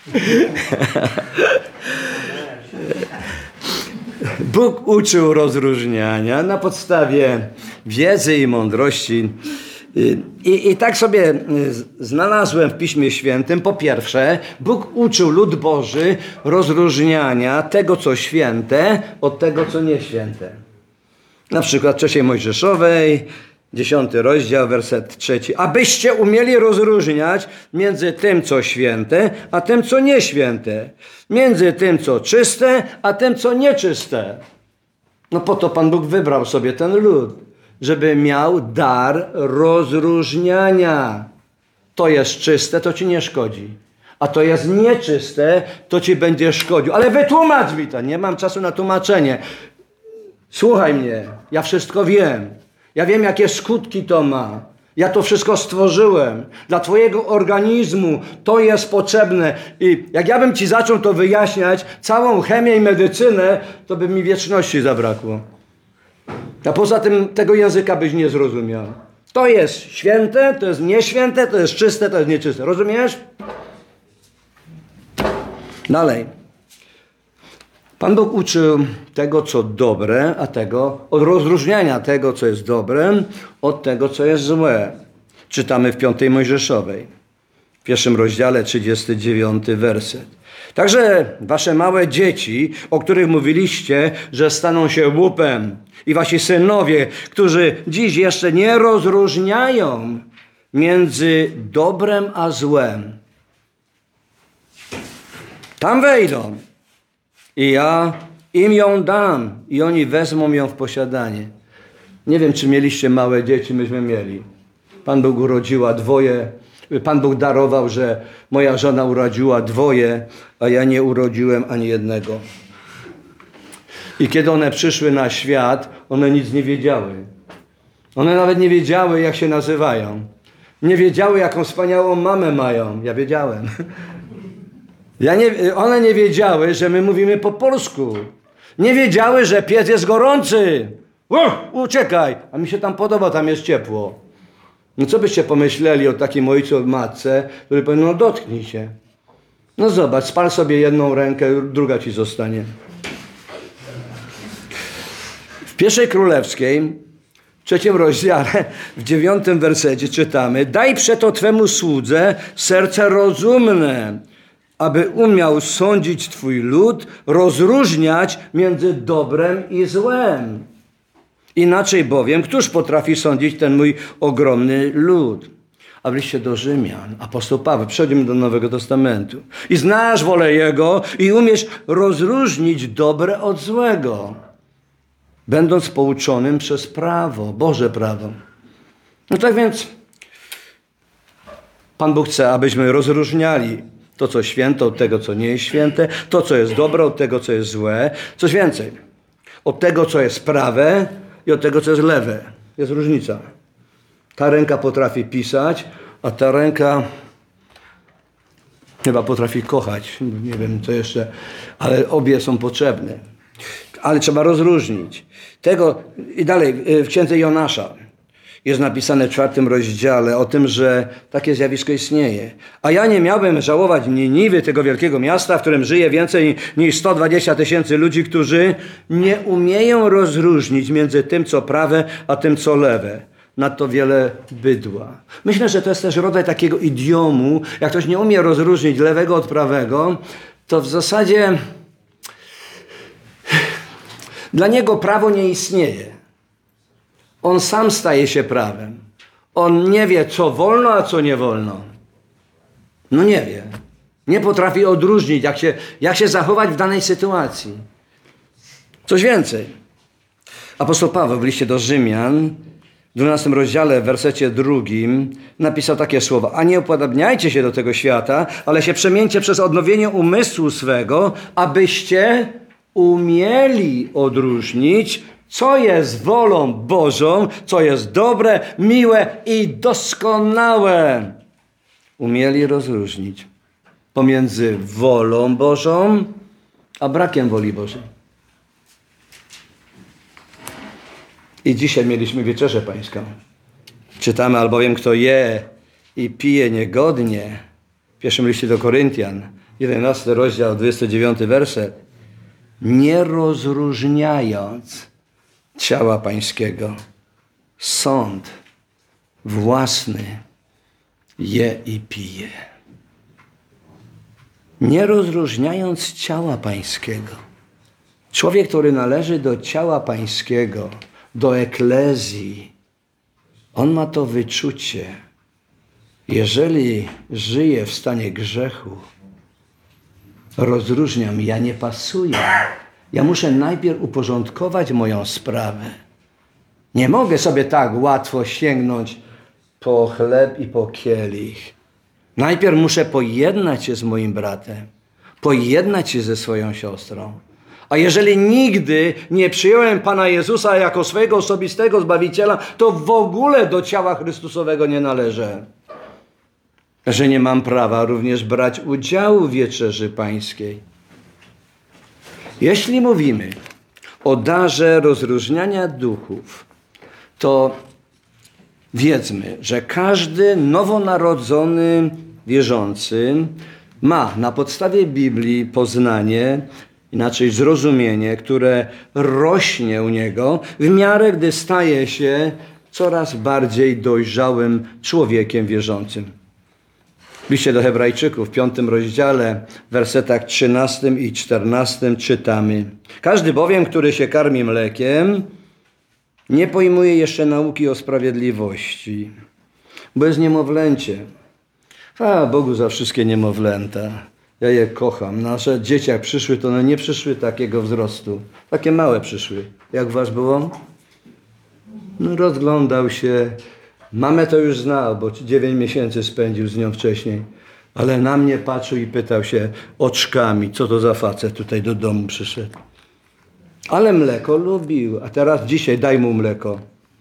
Bóg uczył rozróżniania na podstawie wiedzy i mądrości. I tak sobie znalazłem w Piśmie Świętym. Po pierwsze, Bóg uczył lud Boży rozróżniania tego, co święte, od tego, co nieświęte. Na przykład w 3 Mojżeszowej, 10 rozdział, werset 3. Abyście umieli rozróżniać między tym, co święte, a tym, co nieświęte. Między tym, co czyste, a tym, co nieczyste. No po to Pan Bóg wybrał sobie ten lud, żeby miał dar rozróżniania. To jest czyste, to ci nie szkodzi. A to jest nieczyste, to ci będzie szkodził. Ale wytłumacz mi to. Nie mam czasu na tłumaczenie. Słuchaj mnie. Ja wszystko wiem. Ja wiem, jakie skutki to ma. Ja to wszystko stworzyłem. Dla twojego organizmu to jest potrzebne. I jak ja bym ci zaczął to wyjaśniać, całą chemię i medycynę, to by mi wieczności zabrakło. A poza tym tego języka byś nie zrozumiał. To jest święte, to jest nieświęte, to jest czyste, to jest nieczyste. Rozumiesz? Dalej. Pan Bóg uczył tego, co dobre, a tego, od rozróżniania tego, co jest dobre, od tego, co jest złe. Czytamy w 5 Mojżeszowej, w 1 rozdziale, 39 werset. Także wasze małe dzieci, o których mówiliście, że staną się łupem, i wasi synowie, którzy dziś jeszcze nie rozróżniają między dobrem a złem, tam wejdą i ja im ją dam i oni wezmą ją w posiadanie. Nie wiem, czy mieliście małe dzieci, myśmy mieli. Pan Bóg urodziła dwoje. Pan Bóg darował, że moja żona urodziła dwoje, a ja nie urodziłem ani jednego. I kiedy one przyszły na świat, one nic nie wiedziały. One nawet nie wiedziały, jak się nazywają. Nie wiedziały, jaką wspaniałą mamę mają. Ja wiedziałem. One nie wiedziały, że my mówimy po polsku. Nie wiedziały, że piec jest gorący. Uciekaj! A mi się tam podoba, tam jest ciepło. No co byście pomyśleli o takim ojcu, matce, który powie, no dotknij się. No zobacz, spal sobie jedną rękę, druga ci zostanie. W 1 Królewskiej, w 3 rozdziale, w 9 wersecie czytamy: daj przeto twemu słudze serce rozumne, aby umiał sądzić twój lud, rozróżniać między dobrem i złem. Inaczej bowiem, któż potrafi sądzić ten mój ogromny lud? A w liście do Rzymian, apostoł Paweł, przechodzimy do Nowego Testamentu. I znasz wolę Jego i umiesz rozróżnić dobre od złego, będąc pouczonym przez prawo, Boże prawo. No tak więc Pan Bóg chce, abyśmy rozróżniali to, co święte, od tego, co nie jest święte, to, co jest dobre, od tego, co jest złe. Coś więcej, od tego, co jest prawe i od tego, co jest lewe. Jest różnica. Ta ręka potrafi pisać, a ta ręka chyba potrafi kochać. Nie wiem, co jeszcze, ale obie są potrzebne. Ale trzeba rozróżnić. Tego i dalej w księdze Jonasza jest napisane w 4 rozdziale o tym, że takie zjawisko istnieje. A ja nie miałbym żałować Niniwy, tego wielkiego miasta, w którym żyje więcej niż 120 000 ludzi, którzy nie umieją rozróżnić między tym, co prawe, a tym, co lewe. Nadto wiele bydła. Myślę, że to jest też rodzaj takiego idiomu. Jak ktoś nie umie rozróżnić lewego od prawego, to w zasadzie dla niego prawo nie istnieje. On sam staje się prawem. On nie wie, co wolno, a co nie wolno. No nie wie. Nie potrafi odróżnić, jak się zachować w danej sytuacji. Coś więcej. Apostoł Paweł w liście do Rzymian w 12 rozdziale, w wersecie 2 napisał takie słowa: a nie upodabniajcie się do tego świata, ale się przemieńcie przez odnowienie umysłu swego, abyście umieli odróżnić, co jest wolą Bożą, co jest dobre, miłe i doskonałe. Umieli rozróżnić pomiędzy wolą Bożą a brakiem woli Bożej. I dzisiaj mieliśmy wieczerzę pańską. Czytamy: albowiem kto je i pije niegodnie, w pierwszym liście do Koryntian, 11 rozdział, 29 werset, nie rozróżniając ciała pańskiego, sąd własny je i pije. Nie rozróżniając ciała pańskiego. Człowiek, który należy do ciała pańskiego, do eklezji, on ma to wyczucie. Jeżeli żyje w stanie grzechu, rozróżniam, ja nie pasuję. Ja muszę najpierw uporządkować moją sprawę. Nie mogę sobie tak łatwo sięgnąć po chleb i po kielich. Najpierw muszę pojednać się z moim bratem, pojednać się ze swoją siostrą. A jeżeli nigdy nie przyjąłem Pana Jezusa jako swojego osobistego Zbawiciela, to w ogóle do ciała Chrystusowego nie należę. Że nie mam prawa również brać udziału w wieczerzy pańskiej. Jeśli mówimy o darze rozróżniania duchów, to wiedzmy, że każdy nowonarodzony wierzący ma na podstawie Biblii poznanie, inaczej zrozumienie, które rośnie u niego w miarę, gdy staje się coraz bardziej dojrzałym człowiekiem wierzącym. W liście do Hebrajczyków w 5 rozdziale, w wersetach 13 i 14 czytamy: każdy bowiem, który się karmi mlekiem, nie pojmuje jeszcze nauki o sprawiedliwości, bo jest niemowlęciem. Chwała Bogu za wszystkie niemowlęta. Ja je kocham. Nasze dzieci jak przyszły, to one nie przyszły takiego wzrostu. Takie małe przyszły. Jak was było? No, rozglądał się. Mamę to już znał, bo 9 miesięcy spędził z nią wcześniej. Ale na mnie patrzył i pytał się oczkami, co to za facet tutaj do domu przyszedł. Ale mleko lubił. A teraz dzisiaj daj mu mleko.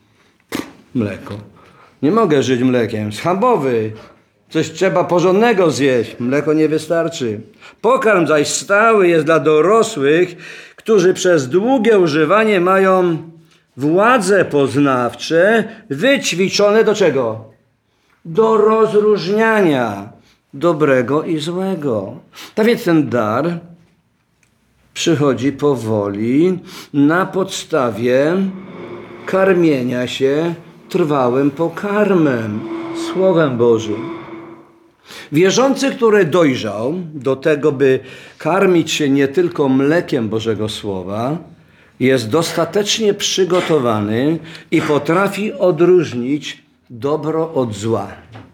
Mleko. Nie mogę żyć mlekiem. Schabowy. Coś trzeba porządnego zjeść. Mleko nie wystarczy. Pokarm zaś stały jest dla dorosłych, którzy przez długie używanie mają władze poznawcze wyćwiczone do czego? Do rozróżniania dobrego i złego. Tak więc ten dar przychodzi powoli na podstawie karmienia się trwałym pokarmem, Słowem Bożym. Wierzący, który dojrzał do tego, by karmić się nie tylko mlekiem Bożego Słowa, jest dostatecznie przygotowany i potrafi odróżnić dobro od zła.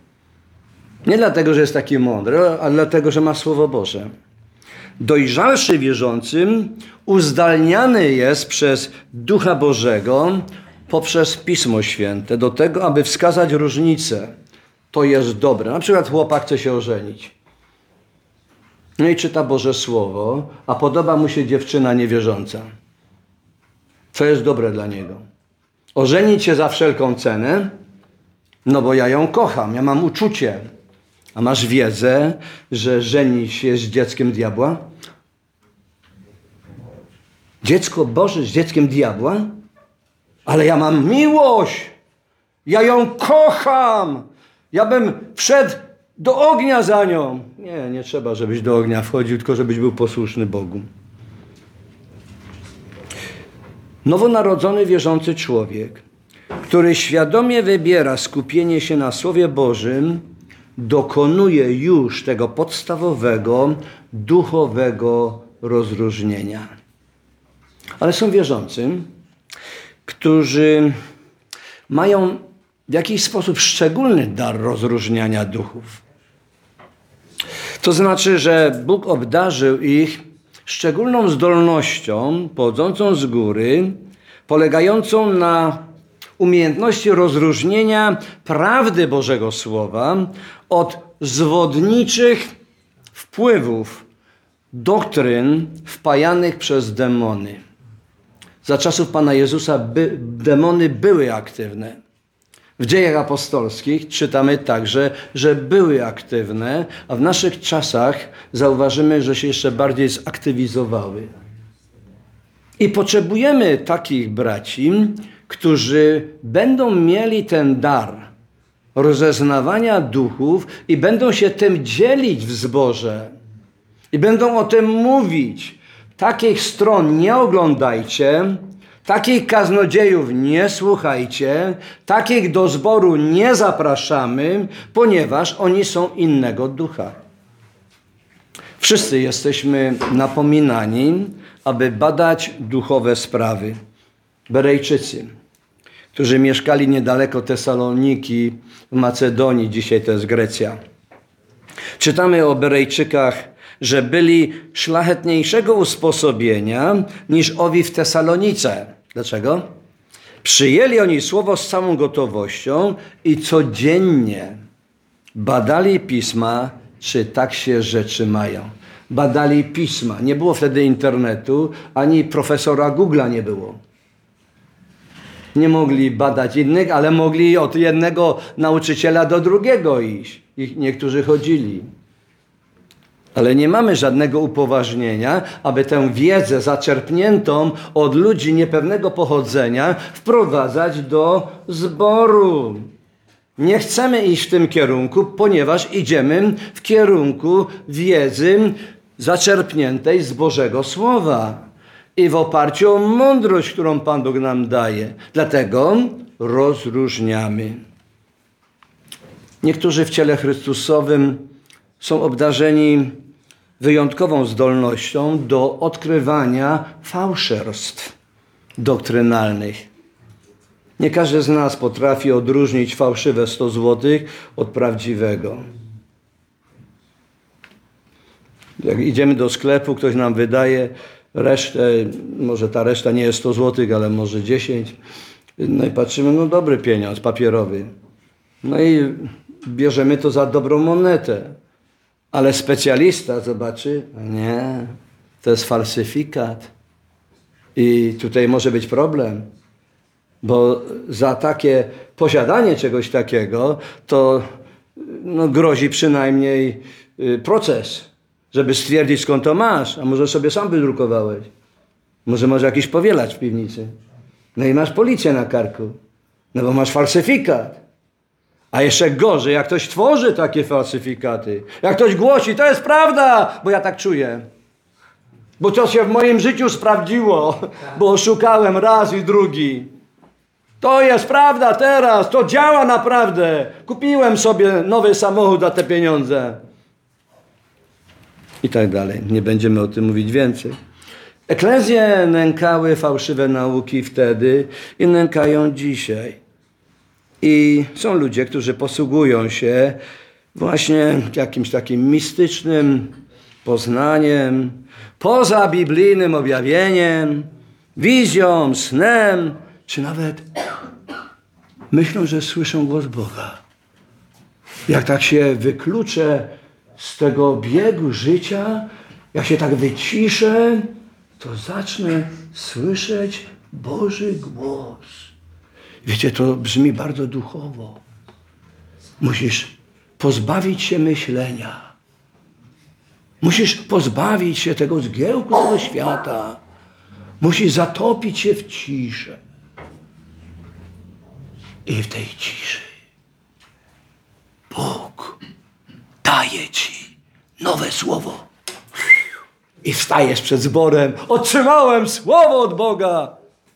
Nie dlatego, że jest taki mądry, ale dlatego, że ma Słowo Boże. Dojrzalszy wierzącym uzdalniany jest przez Ducha Bożego poprzez Pismo Święte do tego, aby wskazać różnicę. To jest dobre. Na przykład chłopak chce się ożenić. No i czyta Boże Słowo, a podoba mu się dziewczyna niewierząca. Co jest dobre dla niego? Ożenić się za wszelką cenę? No bo ja ją kocham, ja mam uczucie. A masz wiedzę, że żenić się z dzieckiem diabła? Dziecko Boże z dzieckiem diabła? Ale ja mam miłość. Ja ją kocham. Ja bym wszedł do ognia za nią. Nie trzeba, żebyś do ognia wchodził, tylko żebyś był posłuszny Bogu. Nowonarodzony wierzący człowiek, który świadomie wybiera skupienie się na Słowie Bożym, dokonuje już tego podstawowego, duchowego rozróżnienia. Ale są wierzący, którzy mają w jakiś sposób szczególny dar rozróżniania duchów. To znaczy, że Bóg obdarzył ich szczególną zdolnością pochodzącą z góry, polegającą na umiejętności rozróżnienia prawdy Bożego Słowa od zwodniczych wpływów doktryn wpajanych przez demony. Za czasów Pana Jezusa demony były aktywne. W Dziejach Apostolskich czytamy także, że były aktywne, a w naszych czasach zauważymy, że się jeszcze bardziej zaktywizowały. I potrzebujemy takich braci, którzy będą mieli ten dar rozeznawania duchów i będą się tym dzielić w zborze. I będą o tym mówić. Takich stron nie oglądajcie, takich kaznodziejów nie słuchajcie, takich do zboru nie zapraszamy, ponieważ oni są innego ducha. Wszyscy jesteśmy napominani, aby badać duchowe sprawy. Berejczycy, którzy mieszkali niedaleko Tesaloniki w Macedonii, dzisiaj to jest Grecja. Czytamy o Berejczykach, że byli szlachetniejszego usposobienia niż owi w Tesalonice. Dlaczego? Przyjęli oni słowo z całą gotowością i codziennie badali pisma, czy tak się rzeczy mają. Badali pisma. Nie było wtedy internetu, ani profesora Google'a nie było. Nie mogli badać innych, ale mogli od jednego nauczyciela do drugiego iść. I niektórzy chodzili. Ale nie mamy żadnego upoważnienia, aby tę wiedzę zaczerpniętą od ludzi niepewnego pochodzenia wprowadzać do zboru. Nie chcemy iść w tym kierunku, ponieważ idziemy w kierunku wiedzy zaczerpniętej z Bożego Słowa i w oparciu o mądrość, którą Pan Bóg nam daje. Dlatego rozróżniamy. Niektórzy w ciele Chrystusowym są obdarzeni wyjątkową zdolnością do odkrywania fałszerstw doktrynalnych. Nie każdy z nas potrafi odróżnić fałszywe 100 złotych od prawdziwego. Jak idziemy do sklepu, ktoś nam wydaje resztę, może ta reszta nie jest 100 złotych, ale może 10. No i patrzymy, no dobry pieniądz, papierowy. No i bierzemy to za dobrą monetę. Ale specjalista zobaczy, nie, to jest falsyfikat. I tutaj może być problem, bo za takie posiadanie czegoś takiego to grozi przynajmniej proces, żeby stwierdzić, skąd to masz. A może sobie sam wydrukowałeś. Może masz jakiś powielacz w piwnicy. No i masz policję na karku. No bo masz falsyfikat. A jeszcze gorzej, jak ktoś tworzy takie falsyfikaty. Jak ktoś głosi, to jest prawda, bo ja tak czuję. Bo to się w moim życiu sprawdziło, bo oszukałem raz i drugi. To jest prawda teraz, to działa naprawdę. Kupiłem sobie nowy samochód za te pieniądze. I tak dalej. Nie będziemy o tym mówić więcej. Eklezje nękały fałszywe nauki wtedy i nękają dzisiaj. I są ludzie, którzy posługują się właśnie jakimś takim mistycznym poznaniem, pozabiblijnym objawieniem, wizją, snem, czy nawet myślą, że słyszą głos Boga. Jak tak się wykluczę z tego biegu życia, jak się tak wyciszę, to zacznę słyszeć Boży głos. Wiecie, to brzmi bardzo duchowo. Musisz pozbawić się myślenia. Musisz pozbawić się tego zgiełku tego świata. Musisz zatopić się w ciszy. I w tej ciszy Bóg daje ci nowe słowo. I wstajesz przed zborem. Otrzymałem słowo od Boga.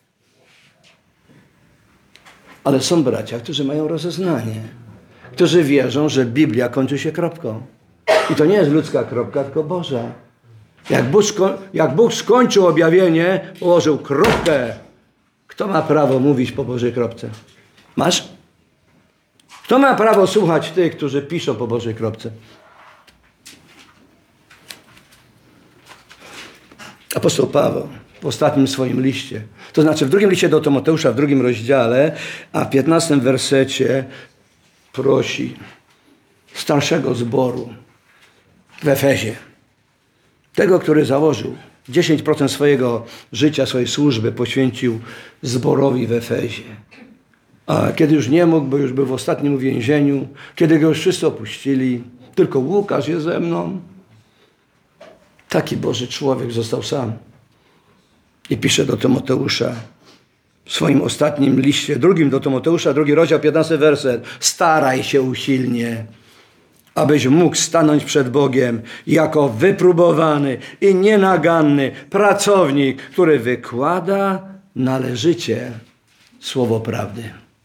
Ale są bracia, którzy mają rozeznanie. Którzy wierzą, że Biblia kończy się kropką. I to nie jest ludzka kropka, tylko Boża. Jak Bóg skończył objawienie, położył kropkę. Kto ma prawo mówić po Bożej kropce? Masz? Kto ma prawo słuchać tych, którzy piszą po Bożej kropce? Apostoł Paweł w ostatnim swoim liście. To znaczy w drugim liście do Tymoteusza, w 2 rozdziale, a w 15 wersecie prosi starszego zboru w Efezie, tego, który założył 10% swojego życia, swojej służby poświęcił zborowi w Efezie. A kiedy już nie mógł, bo już był w ostatnim uwięzieniu, kiedy go już wszyscy opuścili, tylko Łukasz jest ze mną. Taki Boży człowiek został sam. I pisze do Tymoteusza w swoim ostatnim liście, 2 do Tymoteusza, 2 rozdział, 15 werset. Staraj się usilnie, abyś mógł stanąć przed Bogiem jako wypróbowany i nienaganny pracownik, który wykłada należycie słowo prawdy.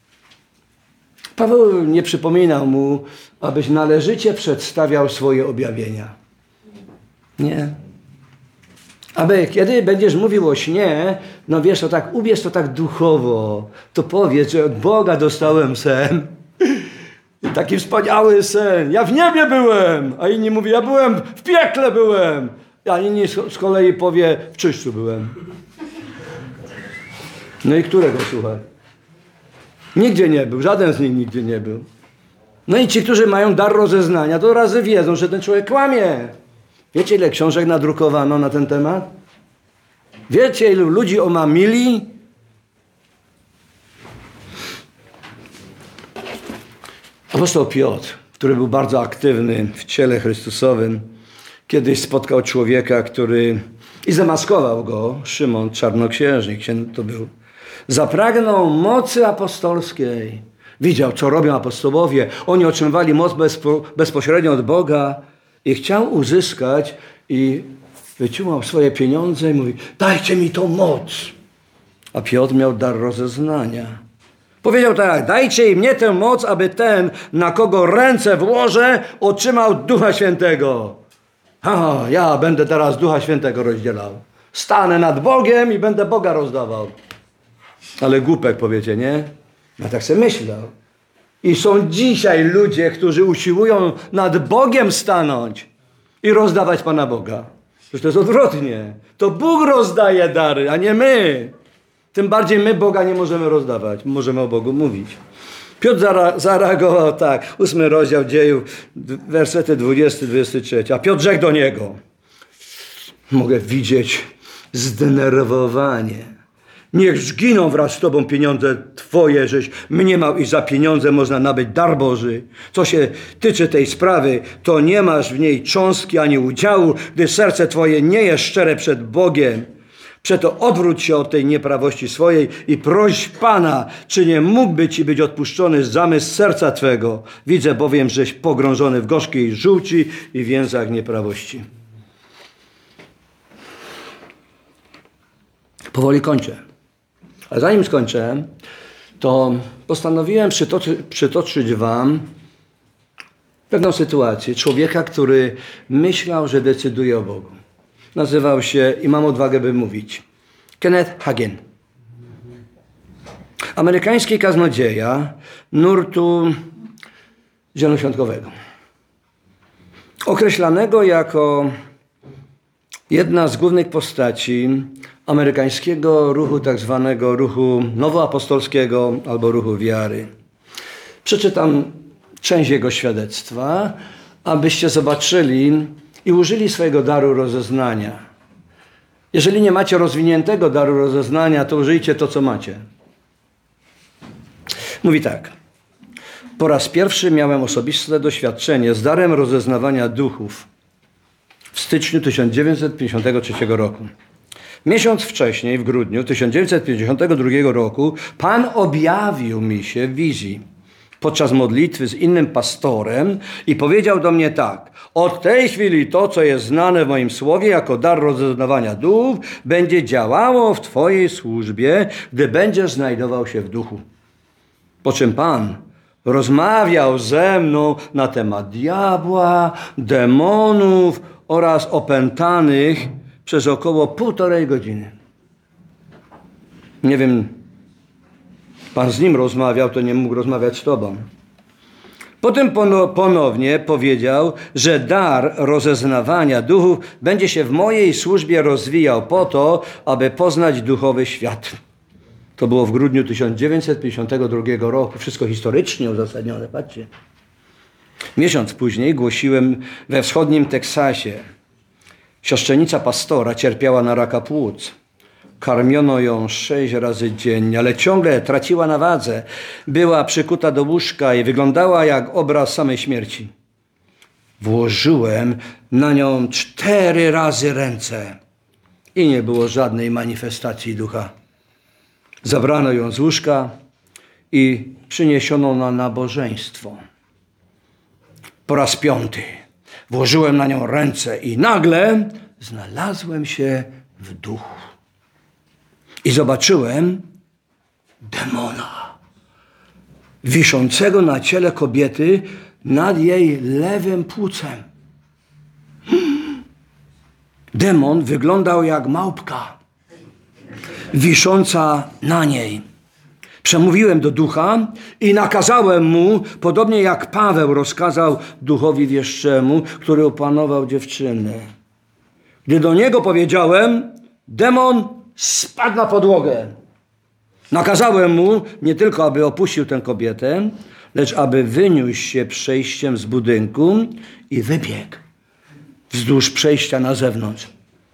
Paweł nie przypominał mu, abyś należycie przedstawiał swoje objawienia. Nie. Aby kiedy będziesz mówił o śnie, no wiesz, to tak ubierz to tak duchowo, to powiedz, że od Boga dostałem sen. I taki wspaniały sen. Ja w niebie byłem, a inni mówią, ja byłem w piekle byłem. A inni z kolei powie, w czyszczu byłem. No i którego słuchaj? Nigdzie nie był, żaden z nich nigdzie nie był. No i ci, którzy mają dar rozeznania, to razy wiedzą, że ten człowiek kłamie. Wiecie, ile książek nadrukowano na ten temat? Wiecie, ilu ludzi omamili? Apostoł Piotr, który był bardzo aktywny w ciele Chrystusowym, kiedyś spotkał człowieka, który i zamaskował go, Szymon Czarnoksiężnik to był. Zapragnął mocy apostolskiej. Widział, co robią apostołowie. Oni otrzymywali moc bezpośrednio od Boga i chciał uzyskać i wyciągnął swoje pieniądze i mówi, dajcie mi tą moc. A Piotr miał dar rozeznania. Powiedział tak, dajcie im mnie tę moc, aby ten, na kogo ręce włożę, otrzymał Ducha Świętego. Ja będę teraz Ducha Świętego rozdzielał. Stanę nad Bogiem i będę Boga rozdawał. Ale głupek powiecie, nie? Ja tak sobie myślał. I są dzisiaj ludzie, którzy usiłują nad Bogiem stanąć i rozdawać Pana Boga. Przecież to jest odwrotnie. To Bóg rozdaje dary, a nie my. Tym bardziej my Boga nie możemy rozdawać. Możemy o Bogu mówić. Piotr zareagował tak. 8 rozdział Dziejów, wersety 20-23. A Piotr rzekł do niego. Mogę widzieć zdenerwowanie. Niech zginą wraz z Tobą pieniądze Twoje, żeś mniemał, i za pieniądze można nabyć dar Boży. Co się tyczy tej sprawy, to nie masz w niej cząstki ani udziału, gdy serce Twoje nie jest szczere przed Bogiem. Przeto odwróć się od tej nieprawości swojej i proś Pana, czy nie mógłby Ci być odpuszczony zamysł serca Twego. Widzę bowiem, żeś pogrążony w gorzkiej żółci i więzach nieprawości. Powoli kończę. Ale zanim skończę, to postanowiłem przytoczyć Wam pewną sytuację człowieka, który myślał, że decyduje o Bogu. Nazywał się, i mam odwagę, by mówić, Kenneth Hagin. Amerykański kaznodzieja nurtu zielonoświątkowego. Określanego jako jedna z głównych postaci amerykańskiego ruchu, tak zwanego ruchu nowoapostolskiego albo ruchu wiary. Przeczytam część jego świadectwa, abyście zobaczyli i użyli swojego daru rozeznania. Jeżeli nie macie rozwiniętego daru rozeznania, to użyjcie to, co macie. Mówi tak. Po raz pierwszy miałem osobiste doświadczenie z darem rozeznawania duchów w styczniu 1953 roku. Miesiąc wcześniej, w grudniu 1952 roku, Pan objawił mi się w wizji podczas modlitwy z innym pastorem i powiedział do mnie tak. Od tej chwili to, co jest znane w moim słowie jako dar rozeznawania duchów, będzie działało w Twojej służbie, gdy będziesz znajdował się w duchu. Po czym Pan rozmawiał ze mną na temat diabła, demonów oraz opętanych przez około 1,5 godziny. Nie wiem, Pan z nim rozmawiał, to nie mógł rozmawiać z Tobą. Potem ponownie powiedział, że dar rozeznawania duchów będzie się w mojej służbie rozwijał po to, aby poznać duchowy świat. To było w grudniu 1952 roku. Wszystko historycznie uzasadnione, patrzcie. Miesiąc później głosiłem we wschodnim Teksasie. Siostrzenica pastora cierpiała na raka płuc. Karmiono ją 6 razy dziennie, ale ciągle traciła na wadze. Była przykuta do łóżka i wyglądała jak obraz samej śmierci. Włożyłem na nią 4 razy ręce i nie było żadnej manifestacji ducha. Zabrano ją z łóżka i przyniesiono na nabożeństwo. Po raz 5 włożyłem na nią ręce i nagle znalazłem się w duchu. I zobaczyłem demona wiszącego na ciele kobiety nad jej lewym płucem. Demon wyglądał jak małpka wisząca na niej. Przemówiłem do ducha i nakazałem mu, podobnie jak Paweł rozkazał duchowi wieszczemu, który opanował dziewczynę. Gdy do niego powiedziałem, demon spadł na podłogę. Nakazałem mu nie tylko, aby opuścił tę kobietę, lecz aby wyniósł się przejściem z budynku i wybiegł wzdłuż przejścia na zewnątrz.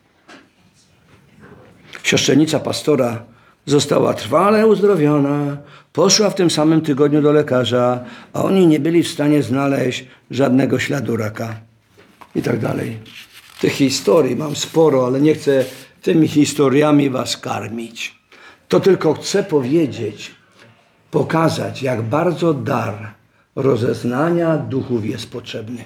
Siostrzenica pastora została trwale uzdrowiona, poszła w tym samym tygodniu do lekarza, a oni nie byli w stanie znaleźć żadnego śladu raka. I tak dalej. Tych historii mam sporo, ale nie chcę tymi historiami was karmić. To tylko chcę powiedzieć, pokazać, jak bardzo dar rozeznania duchów jest potrzebny.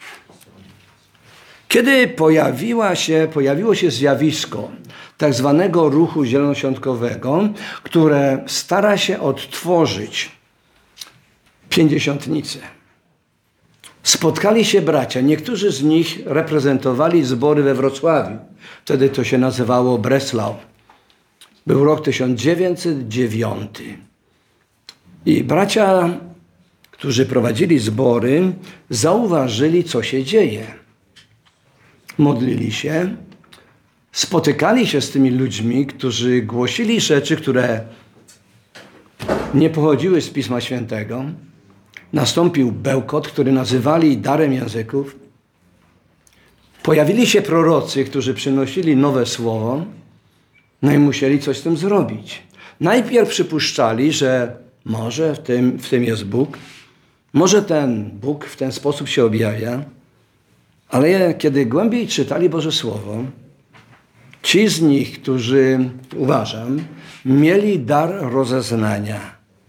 Kiedy pojawiło się zjawisko tak zwanego ruchu zielonoświątkowego, które stara się odtworzyć pięćdziesiątnicę. Spotkali się bracia. Niektórzy z nich reprezentowali zbory we Wrocławiu. Wtedy to się nazywało Breslau. Był rok 1909. I bracia, którzy prowadzili zbory, zauważyli, co się dzieje. Modlili się, spotykali się z tymi ludźmi, którzy głosili rzeczy, które nie pochodziły z Pisma Świętego. Nastąpił bełkot, który nazywali darem języków. Pojawili się prorocy, którzy przynosili nowe słowo, no i musieli coś z tym zrobić. Najpierw przypuszczali, że może w tym jest Bóg, może ten Bóg w ten sposób się objawia, ale kiedy głębiej czytali Boże Słowo, ci z nich, którzy, uważam, mieli dar rozeznania,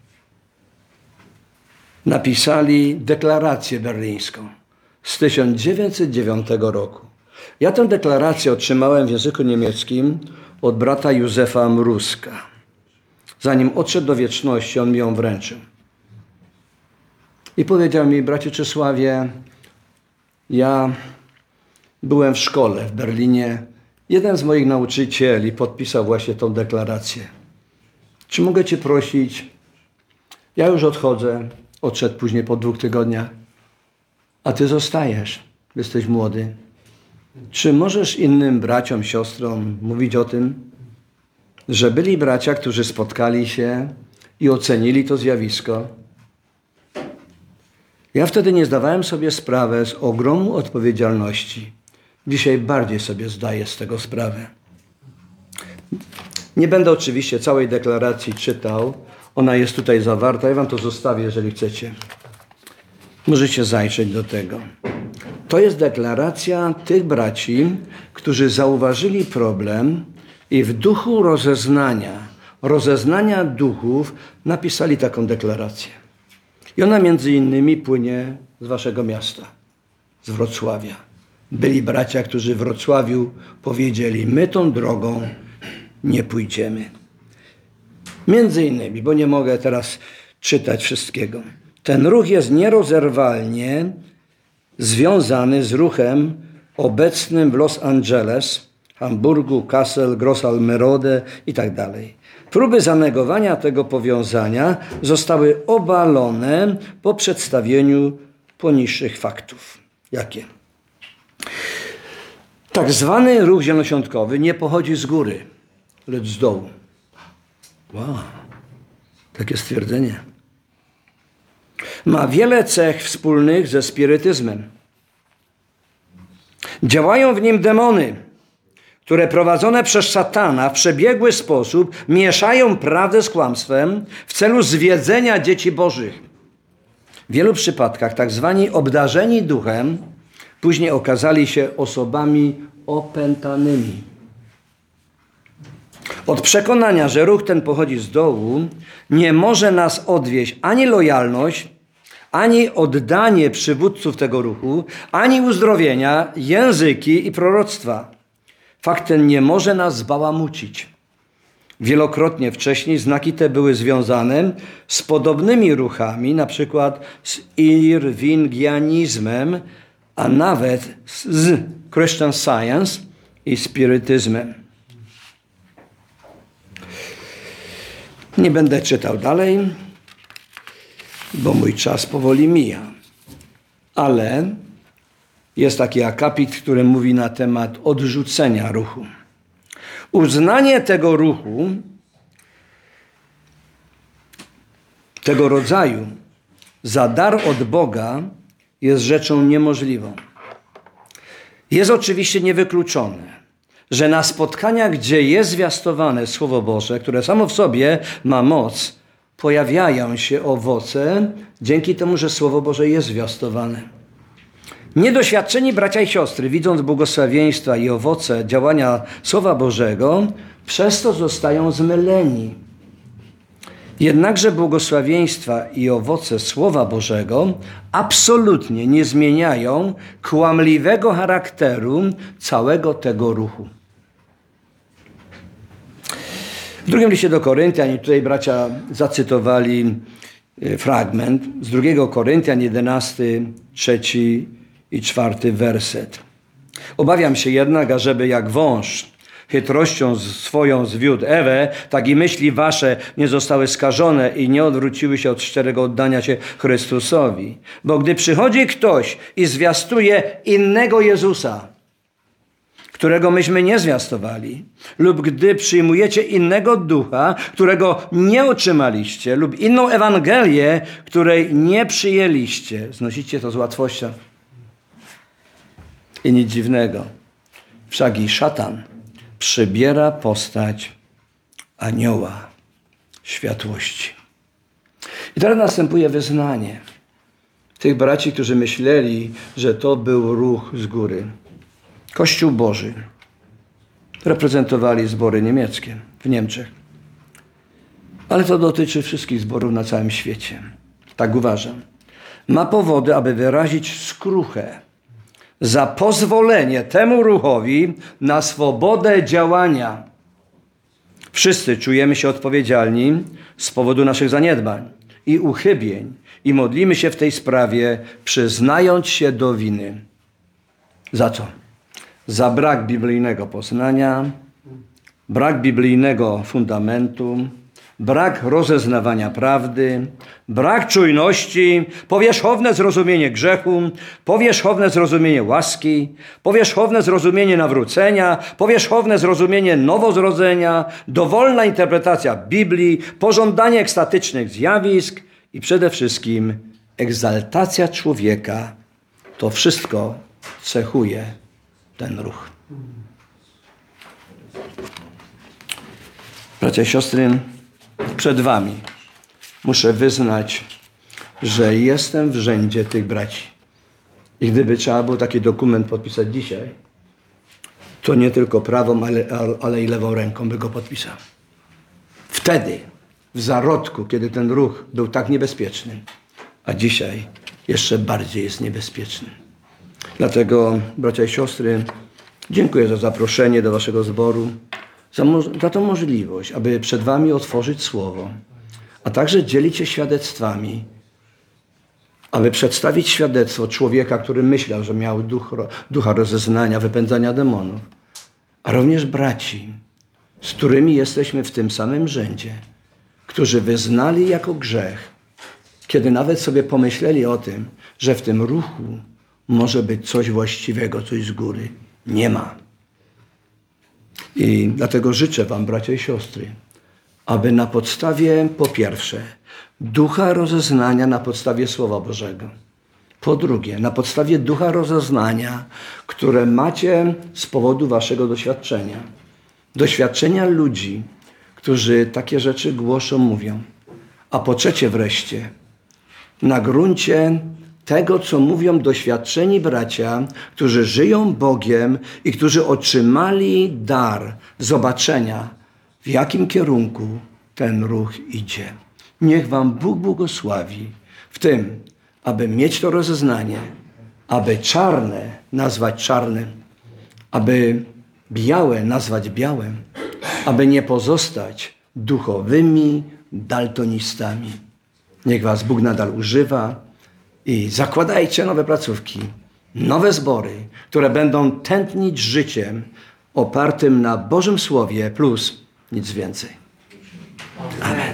napisali deklarację berlińską z 1909 roku. Ja tę deklarację otrzymałem w języku niemieckim od brata Józefa Mruska. Zanim odszedł do wieczności, on mi ją wręczył. I powiedział mi: bracie Czesławie, ja byłem w szkole w Berlinie. Jeden z moich nauczycieli podpisał właśnie tą deklarację. Czy mogę cię prosić? Ja już odchodzę. Odszedł później po 2 tygodniach. A ty zostajesz. Jesteś młody. Czy możesz innym braciom, siostrom mówić o tym, że byli bracia, którzy spotkali się i ocenili to zjawisko? Ja wtedy nie zdawałem sobie sprawy z ogromu odpowiedzialności. Dzisiaj bardziej sobie zdaję z tego sprawę. Nie będę oczywiście całej deklaracji czytał. Ona jest tutaj zawarta. Ja wam to zostawię, jeżeli chcecie. Możecie zajrzeć do tego. To jest deklaracja tych braci, którzy zauważyli problem i w duchu rozeznania duchów napisali taką deklarację. I ona między innymi płynie z waszego miasta, z Wrocławia. Byli bracia, którzy w Wrocławiu powiedzieli: my tą drogą nie pójdziemy. Między innymi, bo nie mogę teraz czytać wszystkiego. Ten ruch jest nierozerwalnie związany z ruchem obecnym w Los Angeles, Hamburgu, Kassel, Großalmerode i tak dalej. Próby zanegowania tego powiązania zostały obalone po przedstawieniu poniższych faktów. Jakie? Tak zwany ruch zielonoświątkowy nie pochodzi z góry, lecz z dołu. Wow, takie stwierdzenie. Ma wiele cech wspólnych ze spirytyzmem. Działają w nim demony, które prowadzone przez szatana w przebiegły sposób mieszają prawdę z kłamstwem w celu zwiedzenia dzieci bożych. W wielu przypadkach tak zwani obdarzeni duchem później okazali się osobami opętanymi. Od przekonania, że ruch ten pochodzi z dołu, nie może nas odwieść ani lojalność, ani oddanie przywódców tego ruchu, ani uzdrowienia, języki i proroctwa. Fakt ten nie może nas zbałamucić. Wielokrotnie wcześniej znaki te były związane z podobnymi ruchami, na przykład z irwingianizmem, a nawet z Christian Science i spirytyzmem. Nie będę czytał dalej, bo mój czas powoli mija. Ale jest taki akapit, który mówi na temat odrzucenia ruchu. Uznanie tego ruchu, tego rodzaju, za dar od Boga jest rzeczą niemożliwą. Jest oczywiście niewykluczone, że na spotkaniach, gdzie jest zwiastowane Słowo Boże, które samo w sobie ma moc, pojawiają się owoce dzięki temu, że Słowo Boże jest zwiastowane. Niedoświadczeni bracia i siostry, widząc błogosławieństwa i owoce działania Słowa Bożego, przez to zostają zmyleni. Jednakże błogosławieństwa i owoce Słowa Bożego absolutnie nie zmieniają kłamliwego charakteru całego tego ruchu. W drugim liście do Koryntian, i tutaj bracia zacytowali fragment z 2 Koryntian 11, 3 i 4 werset. Obawiam się jednak, ażeby jak wąż chytrością swoją zwiódł Ewę, tak i myśli wasze nie zostały skażone i nie odwróciły się od szczerego oddania się Chrystusowi. Bo gdy przychodzi ktoś i zwiastuje innego Jezusa, którego myśmy nie zwiastowali, lub gdy przyjmujecie innego ducha, którego nie otrzymaliście, lub inną Ewangelię, której nie przyjęliście, znosicie to z łatwością. I nic dziwnego. Wszak i szatan przybiera postać anioła światłości. I teraz następuje wyznanie tych braci, którzy myśleli, że to był ruch z góry. Kościół Boży reprezentowali zbory niemieckie w Niemczech. Ale to dotyczy wszystkich zborów na całym świecie. Tak uważam. Ma powody, aby wyrazić skruchę za pozwolenie temu ruchowi na swobodę działania. Wszyscy czujemy się odpowiedzialni z powodu naszych zaniedbań i uchybień i modlimy się w tej sprawie, przyznając się do winy. Za co? Za brak biblijnego poznania, brak biblijnego fundamentu, brak rozeznawania prawdy, brak czujności, powierzchowne zrozumienie grzechu, powierzchowne zrozumienie łaski, powierzchowne zrozumienie nawrócenia, powierzchowne zrozumienie nowozrodzenia, dowolna interpretacja Biblii, pożądanie ekstatycznych zjawisk i przede wszystkim egzaltacja człowieka. To wszystko cechuje ten ruch. Bracia i siostry, przed wami muszę wyznać, że jestem w rzędzie tych braci. I gdyby trzeba było taki dokument podpisać dzisiaj, to nie tylko prawą, ale i lewą ręką by go podpisał. Wtedy, w zarodku, kiedy ten ruch był tak niebezpieczny, a dzisiaj jeszcze bardziej jest niebezpieczny. Dlatego, bracia i siostry, dziękuję za zaproszenie do waszego zboru, za tą możliwość, aby przed wami otworzyć Słowo, a także dzielić się świadectwami, aby przedstawić świadectwo człowieka, który myślał, że miał ducha rozeznania, wypędzania demonów, a również braci, z którymi jesteśmy w tym samym rzędzie, którzy wyznali jako grzech kiedy nawet sobie pomyśleli o tym, że w tym ruchu może być coś właściwego, coś z góry. Nie ma. I dlatego życzę wam, bracia i siostry, aby na podstawie, po pierwsze, ducha rozeznania na podstawie Słowa Bożego. Po drugie, na podstawie ducha rozeznania, które macie z powodu waszego doświadczenia. Doświadczenia ludzi, którzy takie rzeczy głoszą, mówią. A po trzecie wreszcie, na gruncie tego, co mówią doświadczeni bracia, którzy żyją Bogiem i którzy otrzymali dar zobaczenia, w jakim kierunku ten ruch idzie. Niech wam Bóg błogosławi w tym, aby mieć to rozeznanie, aby czarne nazwać czarnym, aby białe nazwać białym, aby nie pozostać duchowymi daltonistami. Niech was Bóg nadal używa i zakładajcie nowe placówki, nowe zbory, które będą tętnić życiem opartym na Bożym Słowie plus nic więcej. Amen.